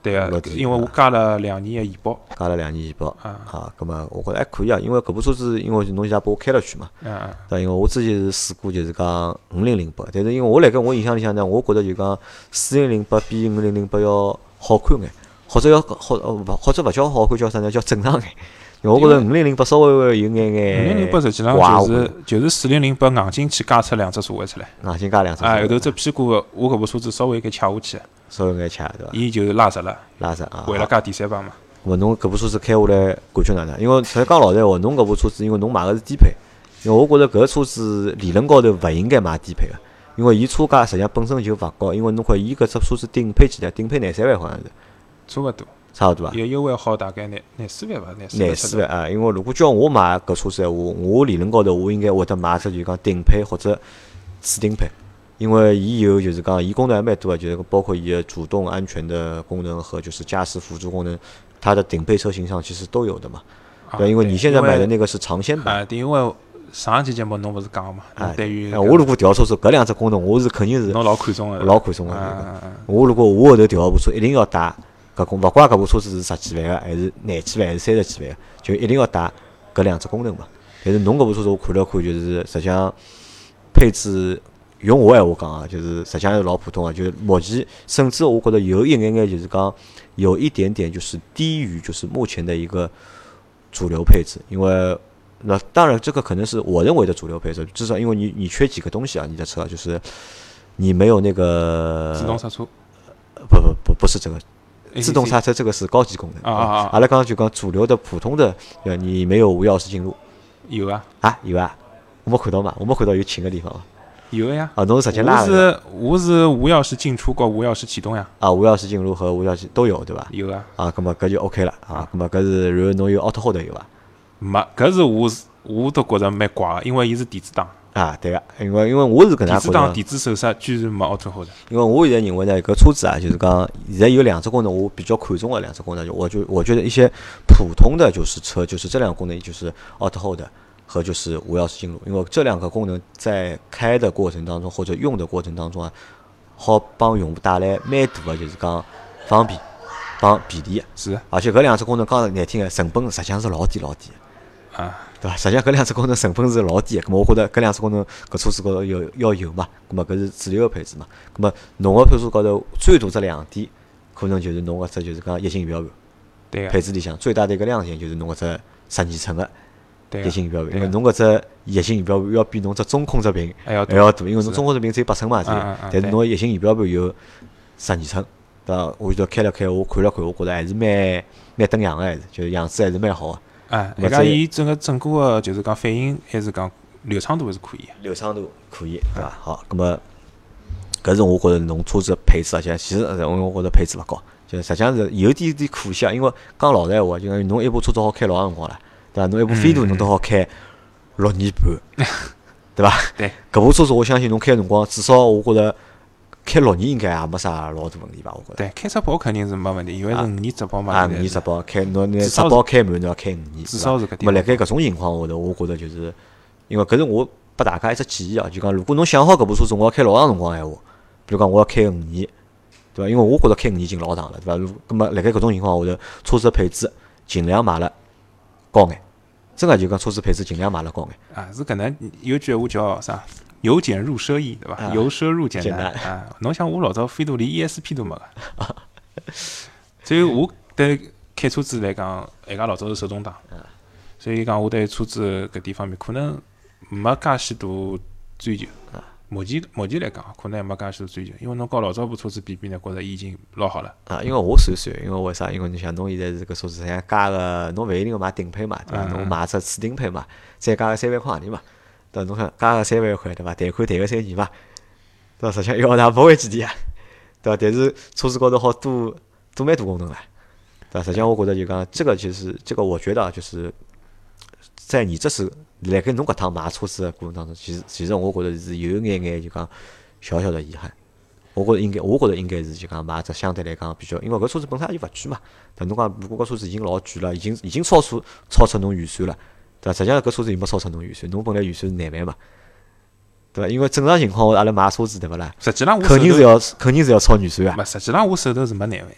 对个，因为我加了两年个医保， 加了两年医保啊， 啊，咁么我觉着还可以啊，因为搿部车子，因为侬现在拨我开了去嘛， 嗯嗯， 对，因为我之前是试过，就是讲五零零八，但是因为我辣盖我印象里向呢，我觉着就讲四零零八比五零零八要好看眼，或者要好勿或者勿叫好看，叫啥呢？叫正常眼。因为我觉着五零零八稍微微有眼眼， 五零零八实际上就是就是四零零八硬劲去加出两只座位出来， 硬劲加两只。 啊，后头只屁股我搿部车子稍微给掐下去， 稍微眼掐对伐？ 伊就拉直了， 拉直啊。 为了加第三排嘛。 咾侬搿部车子开下来感觉哪能？因为实讲老实话，侬搿部车子因为侬买个是低配，因为我觉着搿个车子理论高头勿应该买低配个，因为伊车价实际上本身就勿高，因为侬看伊搿只车子顶配几钿？顶配廿三万好像是。 差勿多。 差勿多啊。 伊优惠好大概廿廿四万伐？廿四廿四万啊！因为如果叫我买搿车子闲话，我理论高头我应该会得买只就讲顶配或者次顶配，因为伊有就是讲伊功能还蛮多个，就是包括伊的主动安全的功能和就是驾驶辅助功能，它的顶配车型上其实都有的嘛。对，因为你现在买的那个是长线版。 啊，对，因为上一期节目侬勿是讲嘛， 啊， 对于我如果调车子搿两只功能，我是肯定是侬老看重个， 老看重个。我如果我后头调部车，一定要带。搿功，勿怪搿部车子是十几万个，还是廿几万，还是三十几万个，就一定要带搿两只功能嘛。但是侬搿部车子我看了看，就是实际上配置，用我闲话讲啊，就是实际上是老普通啊。就是目前甚至我觉得有一眼眼就是讲有一点点就是低于就是目前的一个主流配置，因为那当然这个可能是我认为的主流配置，至少因为你你缺几个东西啊，你的车就是你没有那个自动刹车， 不不不不是这个。自动刹车这个是高级功能啊！ 阿拉刚刚就讲主流的普通的，呃，你没有无钥匙进入。 有啊。 啊，有啊，我没看到嘛，我没看到有停个地方。 有呀。 啊，侬是直接拉的。我是我是无钥匙进出和无钥匙启动呀。 啊，无钥匙进入和无钥匙都有，对吧？ 有啊。 啊，那么搿就 OK 了啊，那么搿是然后侬有 auto hold 有伐？ 没，搿是我是我都觉着蛮怪个，因为伊是电子档。 啊，对个，因为因为我是搿能觉着。 电子档、电子手刹居然没 auto hold。 因为我现在认为呢，搿车子啊，就是讲现在有两只功能，我比较看重的两只功能，就我就我觉得一些普通的就是车，就是这两个功能，就是 auto hold 和就是无钥匙进入，因为这两个功能在开的过程当中或者用的过程当中啊，好帮用户带来蛮大的就是讲方便帮便利。 是。 而且搿两只功能讲难听个成本实际上是老低老低的。啊。对伐？实际上搿两只功能成本是老低个，咁么我觉得搿两只功能搿车子高头要要有嘛，咁么搿是主流个配置嘛。咁么侬个配置高头最大只亮点，可能就是侬搿只就是讲液晶仪表盘。 对。 配置里向最大的一个亮点就是侬搿只十二寸个液晶仪表盘，因为侬搿只液晶仪表盘要比侬只中控直屏还要大，因为侬中控直屏只有八寸嘛，只有，但是侬液晶仪表盘有十二寸，对伐？我就开了开，我看了看，我觉着还是蛮蛮登样个，还是就是样子还是蛮好个。 哎，人家伊整个整个个就是讲反应还是讲流畅度还是可以， 流畅度可以，对伐？好，咁么搿是我觉着侬车子配置，而且其实我觉着配置勿高，就实际上是有点点可惜啊。因为讲老实闲话，就讲侬一部车子好开老长辰光了，对伐？侬一部飞度侬都好开六年半，对伐？ 对。 搿部车子我相信侬开辰光，至少我觉着开六年应该也没啥老大问题吧？我觉着。 对，开质保肯定是没问题，因为是五年质保嘛。 啊，五年质保，开侬那质保开满，侬要开五年。 至少是搿点。 么辣盖搿种情况下头，我觉着就是，因为搿是我拨大家一只建议啊，就讲如果侬想好搿部车子我要开老长辰光闲话，比如讲我要开五年，对伐？因为我觉着开五年已经老长了，对伐？如葛末辣盖搿种情况下头，车子配置尽量买了高眼，真个就讲车子配置尽量买了高眼。 啊，是搿能有句闲话叫啥？由俭入奢易，对伐？由奢入俭难啊！侬想我老早飞度连 E S P 都没个，所以我对开车子来讲，人家老早是手动挡，所以讲我对车子搿点方面可能没介许多追求。目前目前来讲，可能也没介许多追求，因为侬跟老早部车子比比呢，觉着已经老好了。 啊，因为我算算，因为为啥？因为你想，侬现在是搿车子，像加个，侬勿一定要买顶配嘛，对伐？侬买只次顶配嘛，再加个三万块钿嘛。对，侬看加个三万块，对伐？贷款贷个三年嘛，对伐？实际上要大勿会几钿啊，对伐？但是车子高头好多多蛮多功能了，对伐？实际上我觉得就讲这个就是这个，我觉得就是在你这是辣盖侬搿趟买车子的过程当中，其实其实我觉得是有眼眼就讲小小的遗憾。我觉得应该，我觉得应该是就讲买只相对来讲比较，因为搿车子本身也就勿贵嘛。但侬讲如果搿车子已经老贵了，已经已经超出超出侬预算了。对伐？实际上搿车子又没超出侬预算，侬本来预算是廿万嘛，对伐？因为正常情况下阿拉买车子对勿啦？ 实际上我肯定是要肯定是要超预算啊。 没，实际上我手头是没廿万。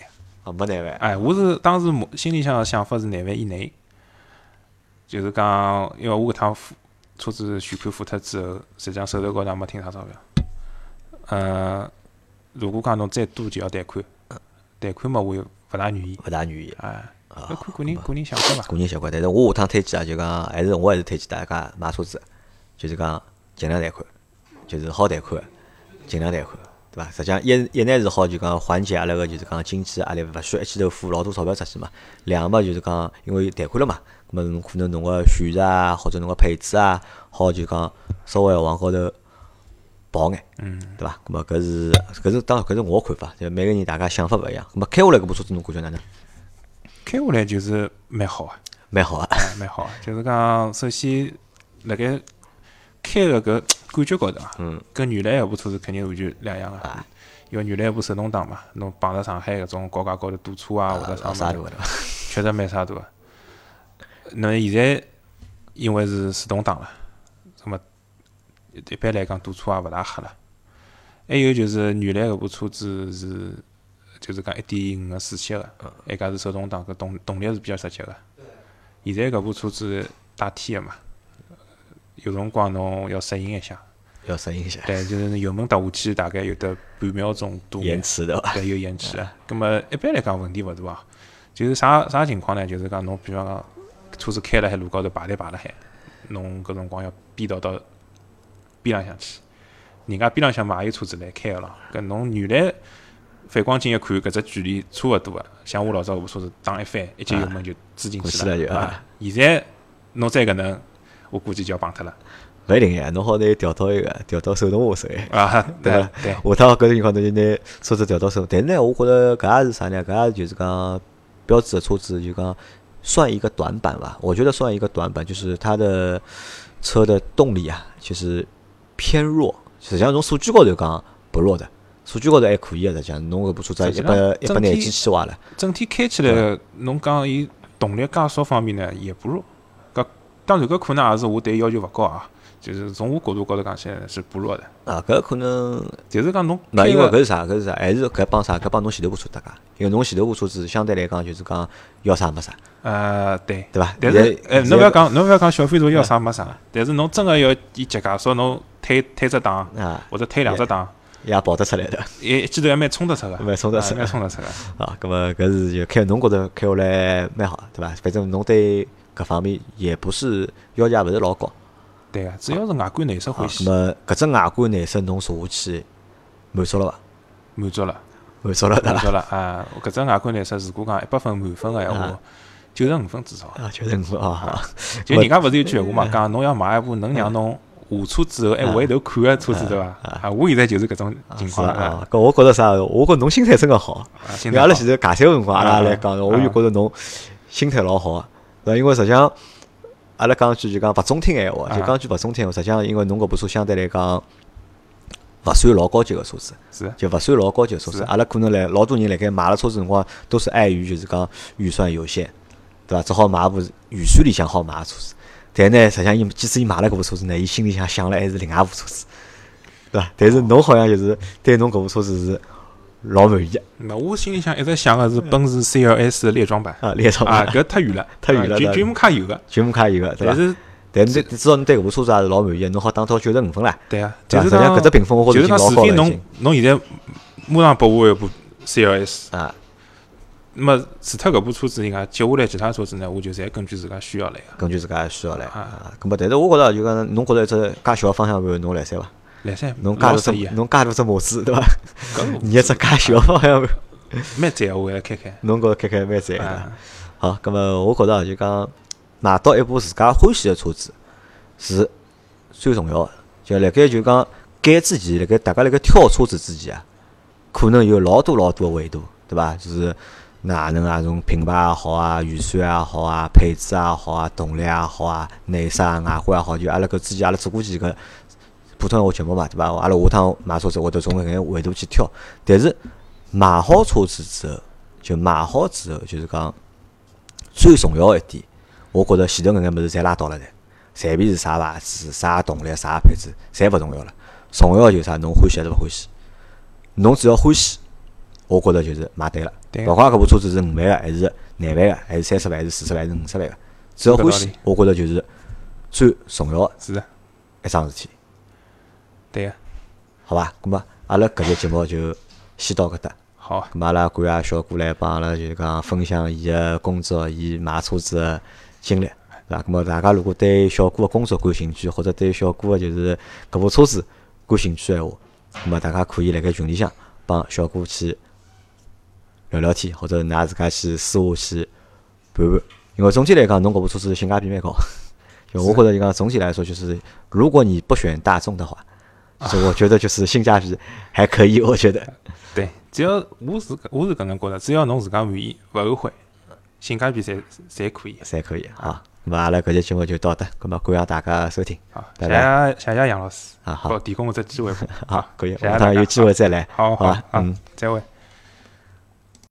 啊，没廿万。 哎，我是当时目心里向的想法是廿万以内，就是讲，因为我搿趟付车子全款付脱之后，实际上手头高头也没听啥钞票。呃，如果讲侬再多就要贷款，贷款嘛我又勿大愿意。 勿大愿意。 哎，搿看个人个人想法伐。 个人习惯，但是我下趟推荐啊，就讲还是我还是推荐大家买车子，就是讲尽量贷款，就是好贷款，尽量贷款，对伐？实际上一一呢是好就讲缓解阿拉个就是讲经济压力，勿需要一记头付老多钞票出去嘛。两嘛就是讲因为贷款了嘛，咁么侬可能侬个选择啊，或者侬个配置啊，好就讲稍微往高头薄眼， 嗯， 对伐？咁么搿是搿是当然搿是我看法，就每个人大家想法勿一样。咁么开下来搿部车子侬感觉哪能？ 开下来就是蛮好啊， 蛮好啊， 蛮好啊。就是讲，首先辣盖开个搿感觉高头啊， 嗯， 跟原来一部车子肯定完全两样个。 啊， 因为原来一部手动挡嘛，侬绑到上海搿种高架高头堵车啊，或者啥啥物事， 大个确实蛮啥大个。那么现在因为是自动挡了，那么一般来讲堵车也勿大吓了。还有就是原来搿部车子是就是讲一点五个四驱个，埃家是手动挡，搿动动力是比较直接个。现在搿部车子带天个嘛，有辰光侬要适应一下。 要适应一下， 对，就是油门踏下去大概有得半秒钟多延迟对伐？ 对，有延迟。咁么一般来讲问题勿大啊。就是啥啥情况呢？就是讲侬比方讲车子开辣海路高头排队排辣海，侬搿辰光要逼到到边浪向去，人家边浪向嘛也有车子来开个咯。搿侬原来反光镜一看，搿只距离差勿多个，像我老早搿部车子打一翻，一记油门就支进去了， 了啊。现在侬再搿能，我估计就要碰脱了。 勿一定呀，侬好拿调到一个调到手动刹车啊， 对伐？ 对， 下趟搿种情况侬就拿车子调到手，但是呢，我觉着搿也是啥呢？搿也就是讲标致的车子就讲算一个短板吧。我觉得算一个短板，就是它的车的动力啊，就是偏弱。实际上从数据高头讲不弱的，数据高头还可以的。实际上侬搿部车子一百一百廿几千瓦了， 整体开起来，侬讲伊动力加速方面呢也不弱。搿当然搿可能也是我对要求勿高啊。就是从我角度高头讲起来是不弱的啊，搿可能就是讲侬， 那因为搿是啥？搿是啥？还是搿帮啥？搿帮侬前头部车搭界，因为侬前头部车子相对来讲就是讲要啥没啥。 呃，对， 对伐？ 但是，哎，侬勿要讲，侬勿要讲消费者要啥没啥，但是侬真个要伊急加速，侬推推只档，或者推两只档， 也跑得出来的， 一一记头还蛮冲得出个， 蛮冲得出， 蛮冲得出个。 啊，搿么搿是就开侬觉着开下来蛮好，对伐？反正侬对搿方面也不是要求也勿是老高。 对个，主要是外观内饰欢喜。 咁么搿只外观内饰侬坐下去满足了伐？ 满足了， 满足了， 满足了啊！搿只外观内饰，如果讲一百分满分个闲话，九十五分至少。 啊，九十五分啊！ 就人家勿是有句闲话嘛，讲侬要买一部能让侬下车之后还回头看个车子，对伐？啊，我现在就是搿种情况啊。搿我觉着啥？我觉侬心态真个好。因为阿拉前头驾车个辰光，阿拉来讲，我就觉着侬心态老好，对伐？因为实际上。阿拉讲句就讲勿中听闲话，就讲句勿中听。实际上，因为侬搿部车相对来讲勿算老高级个车子， 是就勿算老高级个车子。阿拉可能来老多人辣盖买了车子辰光，都是碍于就是讲预算有限，对伐？只好买部预算里向好买个车子。但呢，实际上伊即使伊买了搿部车子呢，伊心里向想了还是另外一部车子，对伐？但是侬好像就是对侬搿部车子是老满意。 那我心里向一直想个是奔驰 C L S 猎装版啊，猎装版啊，搿太远了， 太远了。 全全部卡有个， 全部卡有个，对伐？ 但是， 但是至少侬对搿部车子也是老满意，侬好打到九十五分啦。 对啊， 就是讲搿只评分我觉着已经老高了。 就是讲，除非侬侬现在马上拨我一部 C L S 啊， 那么除脱搿部车子以外，接下来其他车子呢，我就侪根据自家需要来个。 根据自家需要来啊。咁么，但是我觉着就讲，侬觉着一只介小个方向盘侬来三伐？ 来三， 侬介多只，侬介多只模子，对伐？你一只介小方向盘。 蛮赞个，我来开开。 侬觉着开开蛮赞个。好，咁么我觉着就讲买到一部自家欢喜个车子是最重要个。就辣盖就讲改之前，辣盖大家辣盖挑车子之前啊，可能有老多老多个维度，对伐？就是哪能啊，从品牌也好啊，预算也好啊，配置也好啊，动力也好啊，内饰啊，外观也好，就阿拉搿之前阿拉做过几个普通闲话节目嘛，对伐？阿拉下趟买车子会得从搿眼维度去挑，但是。买好车子之后，就买好之后，就是讲最重要一点，我觉着前头搿眼物事侪拉倒了的，随便是啥牌子、啥动力、啥配置，侪勿重要了。重要就是啥，侬欢喜还是勿欢喜？侬只要欢喜，我觉着就是买对了， 勿怪搿部车子是五万个，还是廿万个，还是三十万，还是四十万，还是五十万个，只要欢喜，我觉着就是最重要个是的， 一桩事体。 对个， 好伐？咁么阿拉搿节节目就先到搿搭。 好， 咁阿拉感谢小哥来帮阿拉就是讲分享伊个工作，伊买车子个经历，对伐？咁么大家如果对小哥个工作感兴趣，或者对小哥个就是搿部车子感兴趣个话，咁么大家可以辣盖群里向帮小哥去聊聊天，或者㑚自家去私下去盘盘。因为总体来讲，侬搿部车子性价比蛮高。就我觉得，就讲总体来说，就是如果你不选大众的话，就是我觉得就是性价比还可以，我觉得。 对，只要我是我是搿能觉着，只要侬自家满意，勿后悔，性价比侪侪可以， 侪可以啊。咁么阿拉搿节节目就到这，咁么感谢大家收听。 好，谢谢谢谢杨老师啊，好， 给我提供搿只机会。 好，可以，下趟有机会再来。 好好， 嗯， 再会。